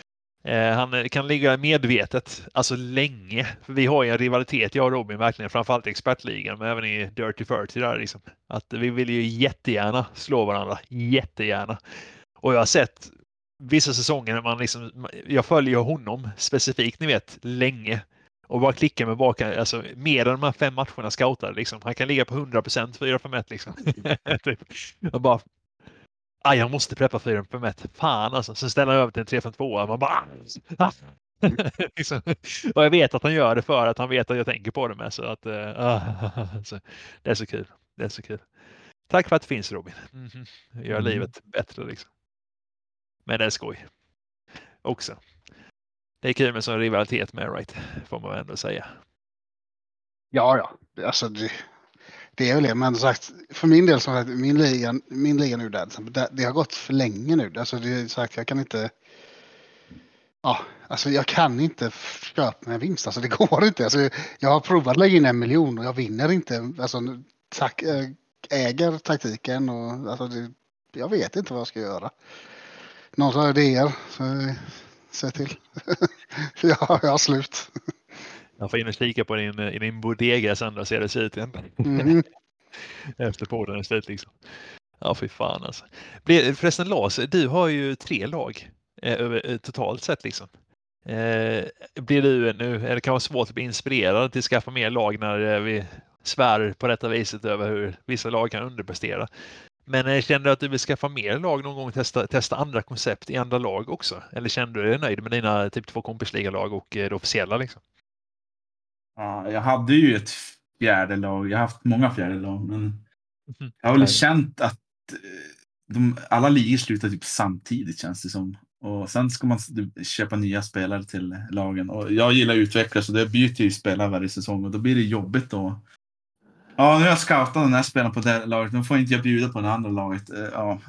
han kan ligga medvetet, alltså länge. För vi har ju en rivalitet, jag och Robin verkligen, framförallt i expertligan, men även i Dirty 40 där liksom. Att vi vill ju jättegärna slå varandra, jättegärna. Och jag har sett vissa säsonger när man liksom, jag följer honom specifikt, ni vet, länge. Och bara klickar med bak, alltså mer än de här 5 matcherna scoutade liksom. Han kan ligga på 100% 4-5-1 liksom. Och bara jag måste preppa 4-5-1. Fan alltså. Sen ställer han över till en 3-5-2. Man bara... liksom. Och jag vet att han gör det för att han vet att jag tänker på det med. Så att, så, det är så kul. Det är så kul. Tack för att det finns, Robin. Gör livet bättre liksom. Men det är skoj. Också. Det är kul med sån rivalitet med Right. Får man ändå säga. Ja. Alltså det är väl det. Men sagt, för min del, som sagt, min liga nu där, det har gått för länge nu. Alltså det är sagt, jag kan inte... Ja, alltså jag kan inte köpa med vinst. Alltså det går inte. Alltså, jag har provat att lägga in 1 miljon och jag vinner inte. Alltså, äger taktiken och alltså jag vet inte vad jag ska göra. Någon som har idéer, så säg till. Jag har slut. Jag får in och kika på din bodega sen och se det ser ut igen. Efter podden är slut liksom. Ja, fy fan alltså. Förresten Lars, du har ju 3 lag totalt sett liksom. Blir du nu, eller det kan vara svårt att bli inspirerad till att skaffa mer lag när vi svär på detta viset över hur vissa lag kan underprestera. Men känner du att du vill skaffa mer lag någon gång, testa andra koncept i andra lag också? Eller känner du dig nöjd med dina typ 2 kompisligalag och det officiella liksom? Ja, jag hade ju ett fjärde lag. Jag har haft många fjärde lag, men jag har väl känt att alla ligor slutar typ samtidigt, känns det som. Och sen ska man köpa nya spelare till lagen. Och jag gillar att utveckla, så det byter ju spelare varje säsong. Och då blir det jobbigt då. Ja, nu har jag scoutat den här spelaren på det laget. Nu får inte jag bjuda på det andra laget. Ja.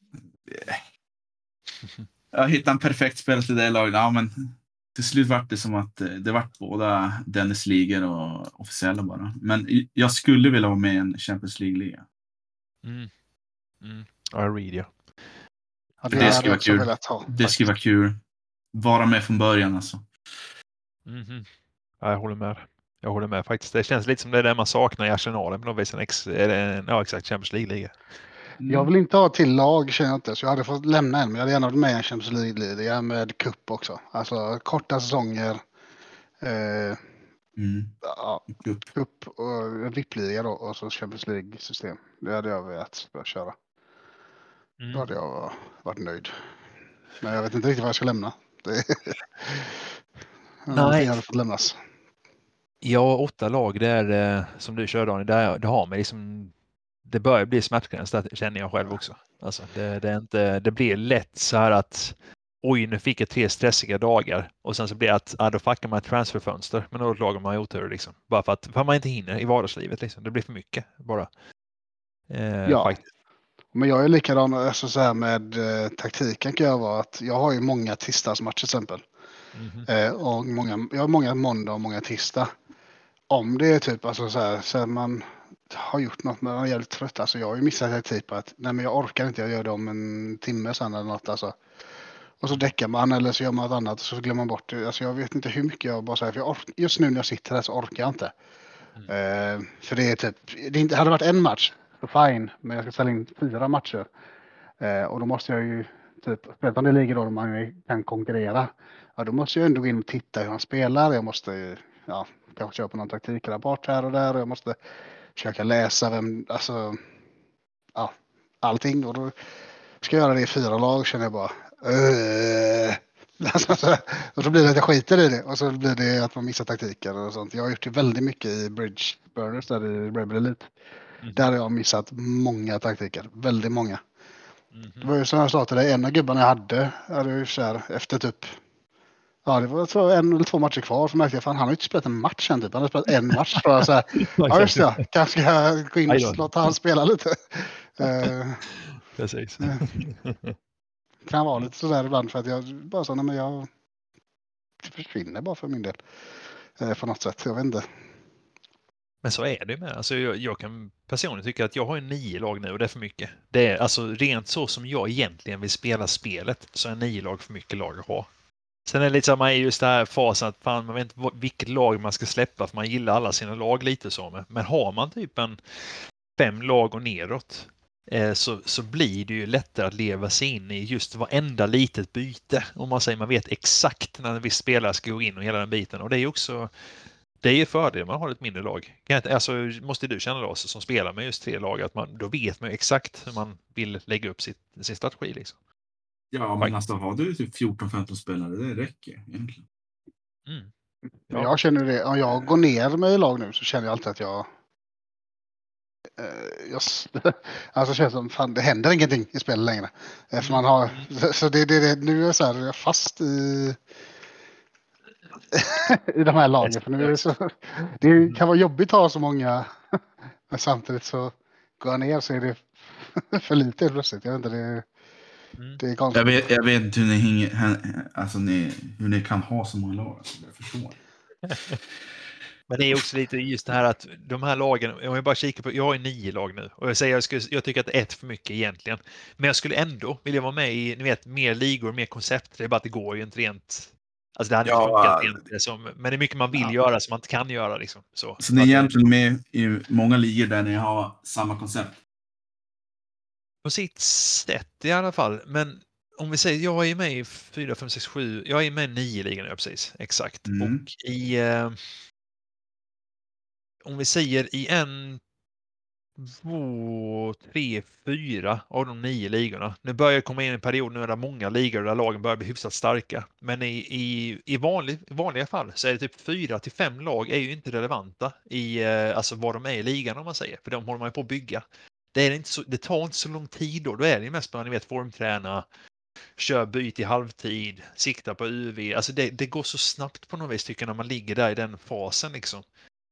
Jag hittade en perfekt spelare till det laget. Ja, men till slut var det som att det var båda Dennis ligor och officiella bara. Men jag skulle vilja vara med i en Champions League-liga. Jag read you. Ja, det skulle vara kul. Det skulle vara kul. Vara med från början alltså. Ja, jag håller med faktiskt. Det känns lite som det är det man saknar i Arsenalen. Men de exakt Champions League-liga. Jag vill inte ha till lag, känner jag inte. Så jag hade fått lämna en, men jag hade gärna varit med i en Champions League-liga med cup också. Alltså korta säsonger. Cup och VIP-liga då. Och så Champions League-system. Det hade jag velat köra. Då hade jag varit nöjd. Men jag vet inte riktigt vad jag ska lämna. Nej. Hade fått lämnas. Ja, 8 lag där som du kör Daniel, det har mig liksom, det börjar bli smärtgräns, det känner jag själv också. Alltså, det blir lätt så här att oj, nu fick jag 3 stressiga dagar och sen så blir det att då fuckar man ett transferfönster med något lag om man har otur liksom. Bara för att man inte hinner i vardagslivet liksom. Det blir för mycket bara. Faktiskt. Men jag är likadan, alltså så här med taktiken kan jag vara att jag har ju många tisdagsmatcher till exempel. Och jag har många måndag och många tisdag. Om det är typ alltså så här man har gjort något men man är jävligt trött. Alltså jag har ju missat det typ att nej men jag orkar inte, jag gör det om en timme sen eller något alltså. Och så däckar man eller så gör man något annat och så glömmer man bort det. Alltså jag vet inte hur mycket jag bara säger för just nu när jag sitter här så orkar jag inte. För det är typ, det hade varit en match så fine, men jag ska ställa in 4 matcher. Och då måste jag ju typ, speciellt om det ligger då man kan konkurrera. Ja, då måste jag ändå gå in och titta hur han spelar. Jag måste kanske köpa någon taktikrapport här och där. Och jag måste försöka läsa allting. Och då ska jag göra det i 4 lag, känner jag bara. Och så blir det att jag skiter i det. Och så blir det att man missar taktiker och sånt. Jag har gjort det väldigt mycket i Bridge Burners där i Rebel Elite. Där har jag missat många taktiker. Väldigt många. Det var ju som jag sa till dig, en av gubbarna jag hade ju så här, efter typ det var 1 eller 2 matcher kvar, så märkte jag fan han har inte spelat en match än typ. Han har spelat en match, tror jag, så här. Ja just det, kanske ska jag gå in och låta han spela lite. Precis. Kan vara lite sådär ibland för att jag bara så, men jag försvinner bara för min del. På något sätt, jag vet inte. Men så är det med. Alltså jag kan personligen tycka att jag har 9 lag nu och det är för mycket. Det är alltså rent så som jag egentligen vill spela spelet, så är 9 lag för mycket lag att ha. Sen är det lite så, man är just det här fasen att fan, man vet inte vilket lag man ska släppa, för man gillar alla sina lag lite så. Men har man typ 5 lag och neråt, så blir det ju lättare att leva sig in i just varenda litet byte. Om man säger man vet exakt när en viss spelare ska gå in och hela den biten. Och det är ju också, det är ju fördel man har ett mindre lag. Alltså måste du känna då som spelar med just 3 lag, att då vet man exakt hur man vill lägga upp sin strategi liksom. Ja, men alltså har du typ 14-15 spelare, det räcker egentligen. Ja. Jag känner det, om jag går ner med i lag nu så känner jag alltid att jag alltså känns som fan, det händer ingenting i spelet längre. För man har, så det nu är så här, jag är fast i i de här lagen. För nu är det, så, det kan vara jobbigt att ha så många, men samtidigt så går jag ner så är det för lite plötsligt. Jag vet inte, det är konstigt. Jag vet inte hur ni hur ni kan ha så många lag. Jag förstår. Men det är också lite just det här att de här lagen, om jag bara kikar på, jag har 9 lag nu och jag tycker att det är 1 för mycket egentligen. Men jag skulle ändå vilja vara med i, ni vet, mer ligor, mer koncept. Det är bara att det går ju inte rent. Alltså det hade inte funkat rent, men det är mycket man vill göra som man inte kan göra liksom. Så ni är egentligen med i många ligor där ni har samma koncept? På sitt sätt i alla fall, men om vi säger, jag är med i 4, 5, 6, 7, jag är med i 9 ligor nu, precis, exakt. Och i om vi säger i 1, 2, 3, 4 av de 9 ligorna. Nu börjar jag komma in i en period nu där många ligor där lagen börjar bli hyfsat starka. Men i vanliga fall så är det typ 4 till 5 lag är ju inte relevanta i alltså vad de är i ligan, om man säger. För de håller man ju på att bygga. Det tar inte så lång tid då. Då är det ju mest bara, ni vet, formträna, kör byt i halvtid, sikta på UV. Alltså det går så snabbt på något vis, tycker jag, när man ligger där i den fasen liksom.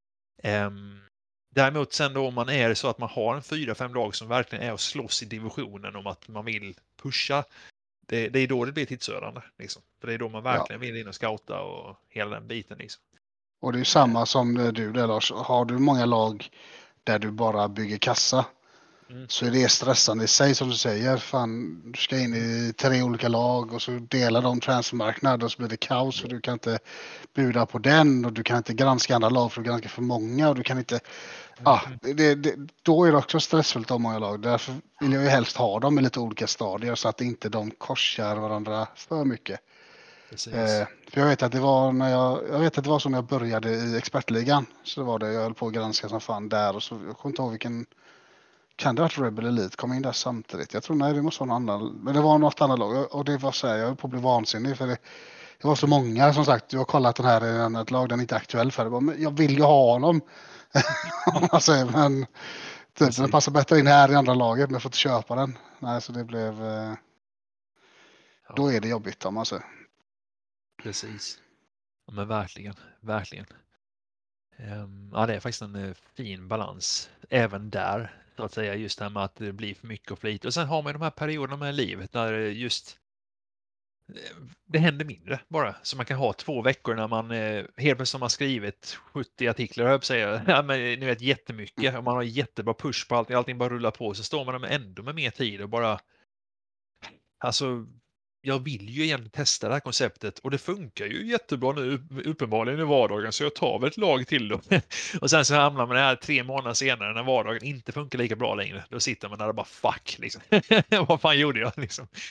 Däremot sen då, om man är så att man har en 4-5 lag som verkligen är och slåss i divisionen om att man vill pusha, det är då det blir tidsödande liksom. För det är då man verkligen vill in och scouta och hela den biten liksom. Och det är ju samma som du där, Lars. Har du många lag där du bara bygger kassa, så är det stressande i sig, som du säger. Fan, du ska in i 3 olika lag och så delar de transfermarknad och så blir det kaos, för du kan inte buda på den och du kan inte granska andra lag för du granskar för många och du kan inte... Då är det också stressfullt av många lag. Därför vill jag ju helst ha dem i lite olika stadier så att inte de korsar varandra för mycket. För jag vet att det var så när jag började i expertligan, så var det, jag höll på att granska som fan där, och så jag kommer inte ihåg vilken, kan det ha varit Rebel Elite, kom in där samtidigt. Jag tror nej, det måste vara någon annan, men det var något annat lag, och det var så här, jag höll på att bli vansinnig för det var så många, som sagt. Jag har kollat den här i ett lag, den är inte aktuell för det, men jag vill ju ha honom. Alltså, men typ, den passar bättre in här i andra laget, men jag får inte köpa den. Nej, så det blev då är det jobbigt, om man säger. Precis. Ja, men verkligen. Ja, det är faktiskt en fin balans även där, så att säga, just det här med att det blir för mycket och för lite. Och sen har man de här perioderna med livet där just det händer mindre bara. Så man kan ha 2 veckor när man helt plötsligt har skrivit 70 artiklar, jag säga. Ja, men ni vet, jättemycket. Och man har jättebra push på allting bara rullar på. Så står man där ändå med mer tid och bara... Alltså, jag vill ju egentligen testa det här konceptet och det funkar ju jättebra nu uppenbarligen i vardagen, så jag tar väl ett lag till då. Och sen så hamnar man här 3 månader senare när vardagen inte funkar lika bra längre. Då sitter man där och bara fuck liksom. Vad fan gjorde jag liksom?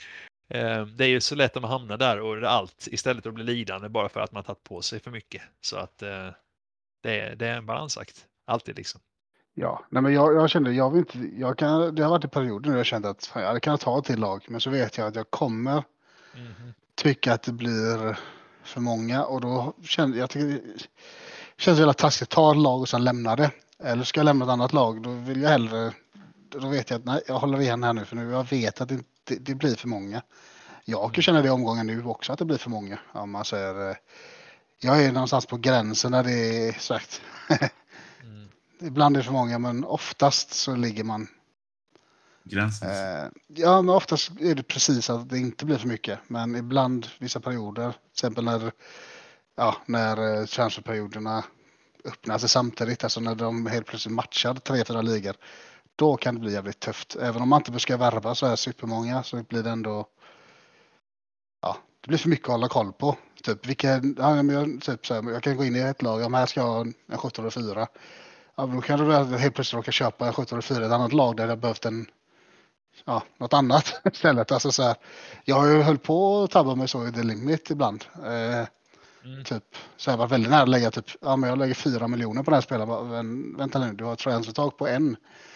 Det är ju så lätt att man hamnar där och allt istället att bli lidande bara för att man tagit på sig för mycket. Så att det är en balansakt. Alltid liksom. Ja, nej men jag kände, jag vill inte, det har varit i perioder nu jag kände att fan, jag kan ta till lag, men så vet jag att jag kommer tycka att det blir för många och då kände jag, tycker det känns väldigt taskigt att ta ett lag och sen lämna det. Eller ska jag lämna ett annat lag, då vill jag hellre, då vet jag att nej, jag håller igen här nu för nu jag vet att det blir för många. Jag kan känna det i omgången nu också att det blir för många. Om man säger, jag är någonstans på gränsen när det är sagt. Ibland är det för många, men oftast så ligger man Gränsen. ja, men oftast är det precis att det inte blir för mycket. Men ibland, vissa perioder, till exempel när transferperioderna öppnar sig samtidigt, alltså när de helt plötsligt matchar 3-4 ligor, då kan det bli jävligt tufft. Även om man inte ska värva så här supermånga så blir det ändå, ja, det blir för mycket att hålla koll på. Typ, jag kan gå in i ett lag, om här ska jag ha en 17-4. Ja, då kan du helt plötsligt råka köpa en 17-4 ett annat lag där det har behövt något annat istället. Alltså så här, jag har ju höll på att tabba mig så i The Limit ibland. Typ, så jag var väldigt nära att lägga typ, ja men jag lägger 4 miljoner på den här spelaren. Men vänta nu, du har transfertag på en.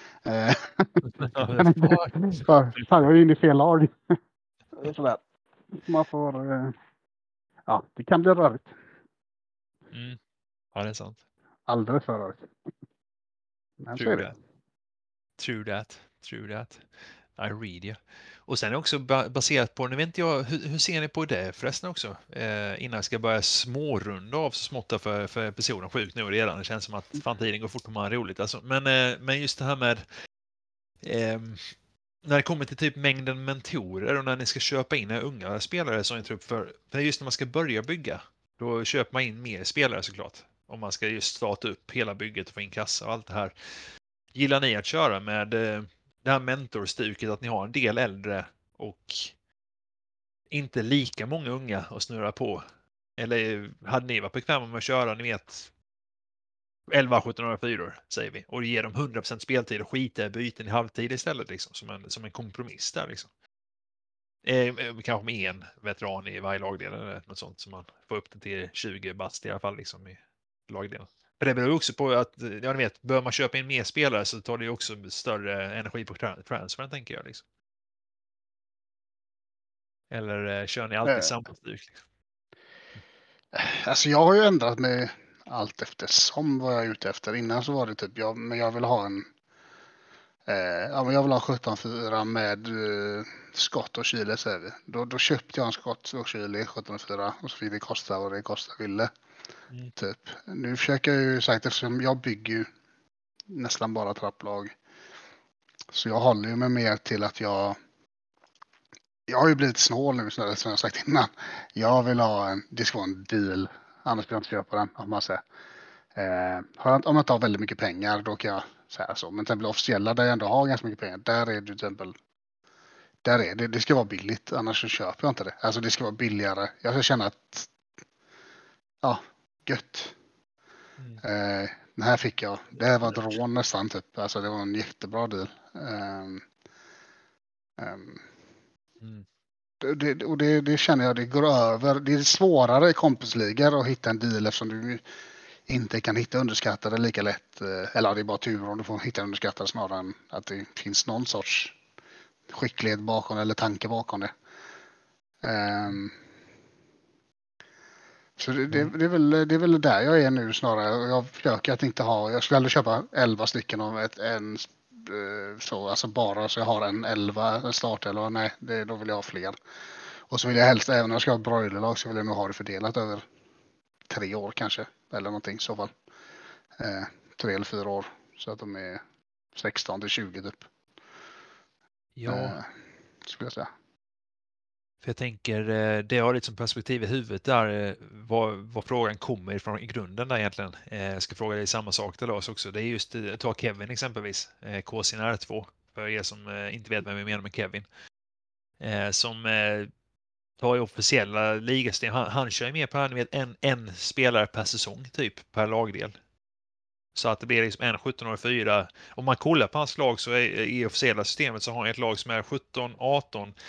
Fan, jag är inne i fel lag. Sådär. Man får, ja, det kan bli rörigt. Ja, det är sant. Alldeles för rörigt. Men så är det. True that. I read you. Och sen är också baserat på, nu vet inte jag, hur ser ni på det förresten också? Innan jag ska börja smårunda av så smått för personen sjukt nu redan. Det känns som att fan tiden går fort och man har roligt. Alltså. Men just det här med när det kommer till typ mängden mentorer och när ni ska köpa in unga spelare som en trupp för just när man ska börja bygga, då köper man in mer spelare såklart. Om man ska just starta upp hela bygget och få in kassa och allt det här. Gillar ni att köra med det här mentorstuket, att ni har en del äldre och inte lika många unga att snurra på? Eller hade ni varit bekväma med att köra, ni vet, 11-17-4 säger vi, och ge dem 100% speltid och skita i byten i halvtid istället liksom, som en kompromiss där liksom? Kanske med en veteran i varje lagdel eller något sånt, så man får upp det till 20 bast i alla fall liksom i lagdelen. Men det beror också på att, ja ni vet, bör man köpa in mer spelare så tar det ju också större energi på transfern, tänker jag liksom. Eller kör ni alltid samma stuk? Liksom? Alltså jag har ju ändrat mig allt eftersom vad jag är ute efter. Innan så var det typ, jag vill ha en men jag vill ha 17-4 med skott och kyle, säger vi. Då köpte jag en skott och kyle 17-4 och så fick det kosta vad det kosta ville. Typ. Nu försöker jag ju sagt, eftersom jag bygger ju nästan bara trapplag, så jag håller ju mig mer till att jag har ju blivit snål nu som jag sagt innan. Jag vill ha det ska vara en deal, annars blir jag inte köpa den, om man säger. Om jag inte har väldigt mycket pengar, då kan jag säga så. Men till exempel officiella där jag ändå har ganska mycket pengar, där är det till exempel, det ska vara billigt, annars så köper jag inte det. Alltså det ska vara billigare. Jag ska känna att, ja, gött. Den här fick jag, det här var ett rån nästan typ. Alltså det var en jättebra deal. Det känner jag, det går över. Det är svårare i kompisligor att hitta en deal eftersom du inte kan hitta underskattade lika lätt. Eller det är bara tur om du får hitta underskattade snarare än att det finns någon sorts skicklighet bakom eller tanke bakom det. Så det är väl där jag är nu snarare. Jag försöker att inte ha, jag skulle aldrig köpa 11 stycken av så, alltså bara så jag har en 11 start eller nej, då vill jag ha fler. Och så vill jag helst, även om jag ska ha ett broilerlag, så vill jag nog ha det fördelat över 3 år kanske, eller någonting i så fall. 3 eller 4 år, så att de är 16-20 typ. Ja. Skulle jag säga. För jag tänker, det har lite som perspektiv i huvudet där, vad frågan kommer ifrån i grunden där egentligen. Jag ska fråga dig samma sak till oss också. Det är just, ta Kevin exempelvis, KCN R2, för er som inte vet vad vi menar med Kevin. Som tar ju officiella ligasystem. Han kör ju mer på ni vet, en spelare per säsong typ, per lagdel. Så att det blir liksom en 17-4. Om man kollar på hans lag så i officiella systemet så har han ett lag som är 17, 18,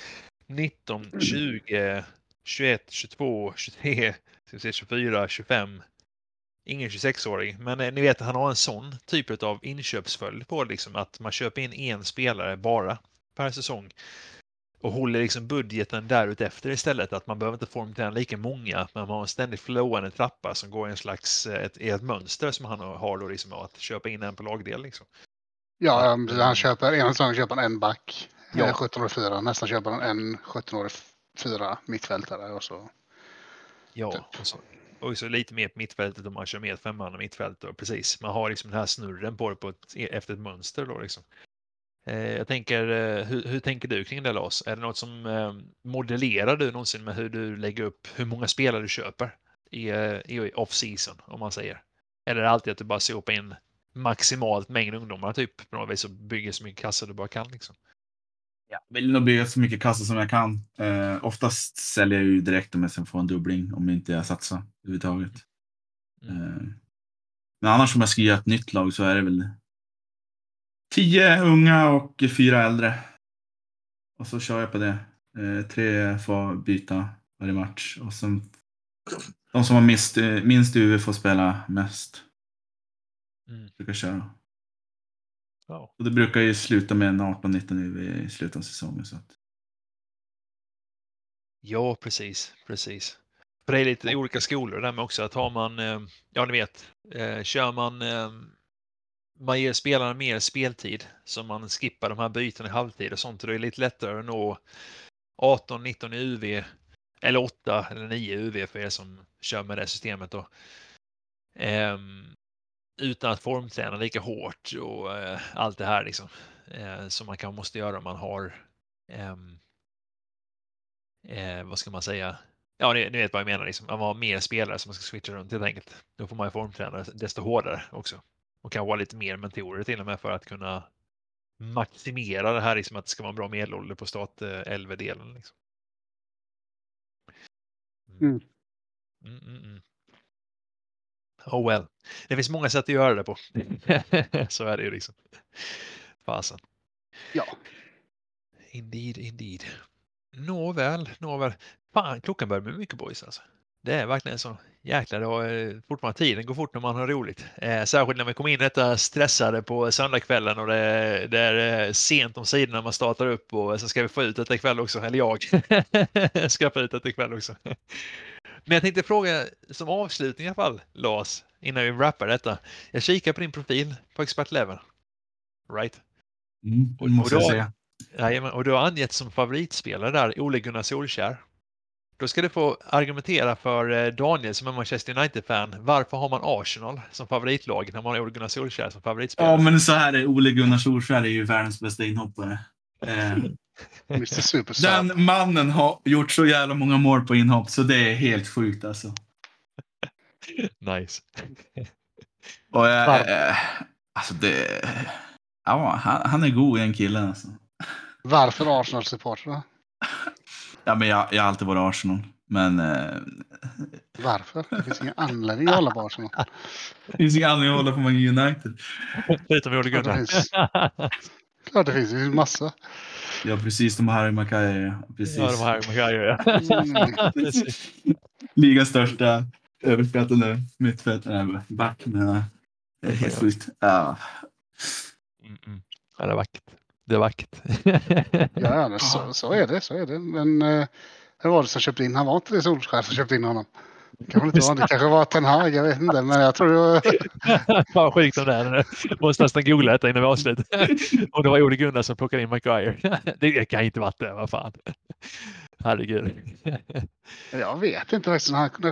19, 20, 21, 22, 23, 24, 25. Ingen 26-åring, men ni vet att han har en sån typ av inköpsföljd på liksom att man köper in en spelare bara per säsong och håller liksom budgeten därutefter istället. Att man behöver inte formträna lika många, men man har en ständigt flowande trappa som går i en slags ett mönster som han har då liksom att köpa in en på lagdel liksom. Ja, Att, han köper en säsong köper en back, Ja. 17-4. Nästan köper han en 17-4 mittfältare och så. Ja, och så lite mer på mittfältet om man kör med 5-man mittfält. Och precis, man har liksom den här snurren på det efter ett mönster då liksom. Jag tänker, hur tänker du kring det, Lars? Är det något som modellerar du någonsin med hur du lägger upp hur många spelare du köper i off-season, om man säger? Eller är det alltid att du bara sopar in maximalt mängd ungdomar typ på något vis och bygger så mycket kassor du bara kan liksom? Ja, vill nog bygga så mycket kassor som jag kan. Oftast säljer jag ju direkt om jag sen får en dubbling om inte jag satsar överhuvudtaget. Men annars om jag ska göra ett nytt lag så är det väl 10 unga och 4 äldre. Och så kör jag på det. 3 får byta varje match. Och sen de som har minst UV får spela mest. Brukar köra. Ja. Och det brukar ju sluta med en 18-19 UV i slutet av säsongen. Så att... Ja, precis. För det är lite olika skolor där med också. Att har man, ja ni vet, kör man ger spelarna mer speltid så man skippar de här byten i halvtid och sånt. Och det är lite lättare att nå 18-19 i UV eller 8 eller 9 UV för er som kör med det systemet då. Utan att formträna lika hårt och allt det här liksom. Som man kanske måste göra om man har vad ska man säga? Ja, ni vet vad jag menar liksom. Man har mer spelare som man ska switcha runt helt enkelt. Då får man ju formträna desto hårdare också. Och kan vara lite mer mentorer till och med för att kunna maximera det här liksom att det ska vara en bra medelålder på start 11-delen liksom. Oh well. Det finns många sätt att göra det på. Så är det ju liksom. Fasen. Ja. Indeed. Nåväl. Fan, klockan börjar bli mycket boys alltså. Det är verkligen så. Jäklar, det var fortfarande tiden går fort när man har roligt. Särskilt när vi kommer in detta stressade på söndagskvällen och det är sent om sidorna man startar upp och så ska vi få ut detta ikväll också. Eller jag ska få ut detta ikväll också. Men jag tänkte fråga som avslutning i alla fall, Lars, innan vi wrappar detta. Jag kikar på din profil på Expert Level. Right? Måste jag säga. Ja, och du har angett som favoritspelare där Ole Gunnar Solskjær. Då ska du få argumentera för Daniel som är Manchester United-fan. Varför har man Arsenal som favoritlag när man har Ole Gunnar Solskjær som favoritspelare? Ja, men så här är Ole Gunnar Solskjær är ju världens bästa inhoppare. Den mannen har gjort så jävla många mål på inhopp så det är helt sjukt alltså. Nice. Och alltså det... Ja, han är god i en kille alltså. Varför Arsenal-supporter då? Ja, men jag har alltid varit Arsenal. Men... Varför? Det finns ingen anledning att hålla på Arsenal. Det finns ingen anledning att hålla på Man United. Förutom Ole Gunnar. Klart det finns en massa. Ja, precis. De Harry Maguire. Precis. Ja, de Harry Maguire, ja. Ligans största överskattade mittfältare. Back med... Det är helt sjukt. Ja. Ja, det är vackert. Det är vackert. Ja, så är det. Men hur var det som köpte in? Han var inte det Solskjær som köpte in honom. Det kanske var Ten Hag, jag vet inte. Men jag tror Vad sjukt om det är. Måste nästan googla detta innan vi avslutar. Och det var Ole Gunnar som plockade in Maguire. Det kan inte varit det, vad fan. Herregud. Jag vet inte faktiskt. När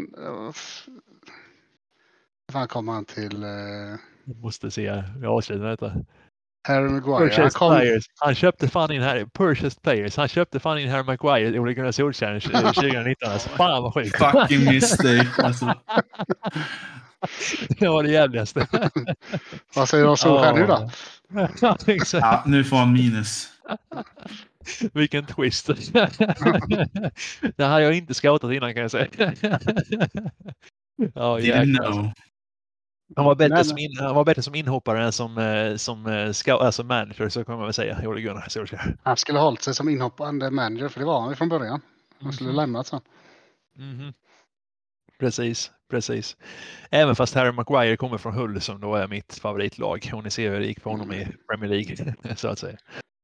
kommer han till... Måste se. Vi avslutar detta. Harry Maguire. Han köpte fan in Harry. Purchased players. Han köpte fan in Harry Maguire. Ole Gunnar Solskjær 2019. Alltså, fan vad sjukt. Fucking mistake. Alltså. Det var det jävligaste. Vad säger du om Solskjær nu då? Ja, nu får han minus. Vilken twist. Det här har jag inte scoutat innan kan jag säga. Didn't know. Han var bättre som inhoppare än som manager, så kan man väl säga. Ole Gunnar Solskjaer. Han skulle ha hållit sig som inhoppande manager, för det var han ju från början. Han skulle lämnat sen. Precis. Även fast Harry Maguire kommer från Hull, som då är mitt favoritlag. Och ni ser hur det gick för honom i Premier League, så att säga.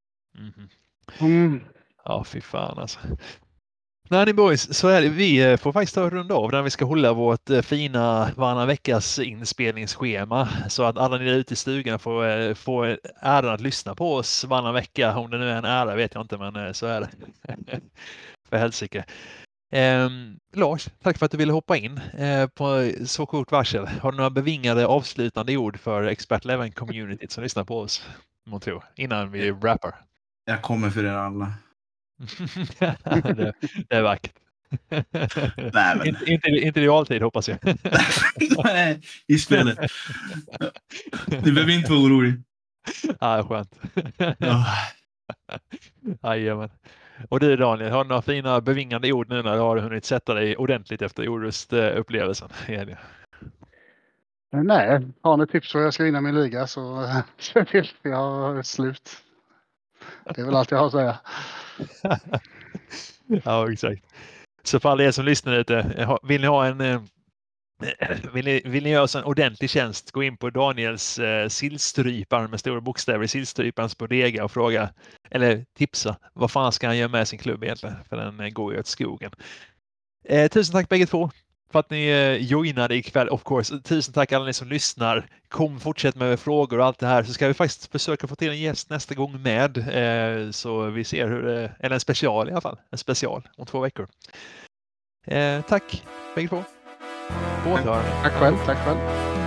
Ja, fy fan alltså. Nej, ni boys, så är det. Vi får faktiskt ta en runda av när vi ska hålla vårt fina varannan veckas inspelningsschema, så att alla ni där ute i stugan får äran att lyssna på oss varannan vecka. Om det nu är en ära vet jag inte, men så är det. För helsike. Lars, tack för att du ville hoppa in på så kort varsel. Har du några bevingade avslutande ord för Expert 11-communityt som lyssnar på oss, Montreal, innan vi rappar? Jag kommer för er alla. Det är vackert. Nej, men... inte realtid, hoppas jag. Nej, i spelet. Du behöver inte vara orolig. Skönt. Jajamän. Och du Daniel, har du några fina bevingande ord nu när du har hunnit sätta dig ordentligt efter Orust-upplevelsen? Nej, har ni tips för jag ska vinna min liga så se till för jag har slut. Det är väl allt jag har att säga. Ja, exakt. Så för alla er som lyssnar lite, vill ni ha vill ni göra en ordentlig tjänst, gå in på Daniels sillstryparen med stora bokstäver i sillstryparens bodega och fråga, eller tipsa, vad fan ska han göra med sin klubb egentligen, för den går ju åt skogen. Tusen tack bägge två för att ni joinade ikväll, of course. Tusen tack alla ni som lyssnar. Fortsätt med frågor och allt det här, så ska vi faktiskt försöka få till en gäst nästa gång med, så vi ser eller en special i alla fall, en special om 2 veckor. Tack bägge två. Tack själv.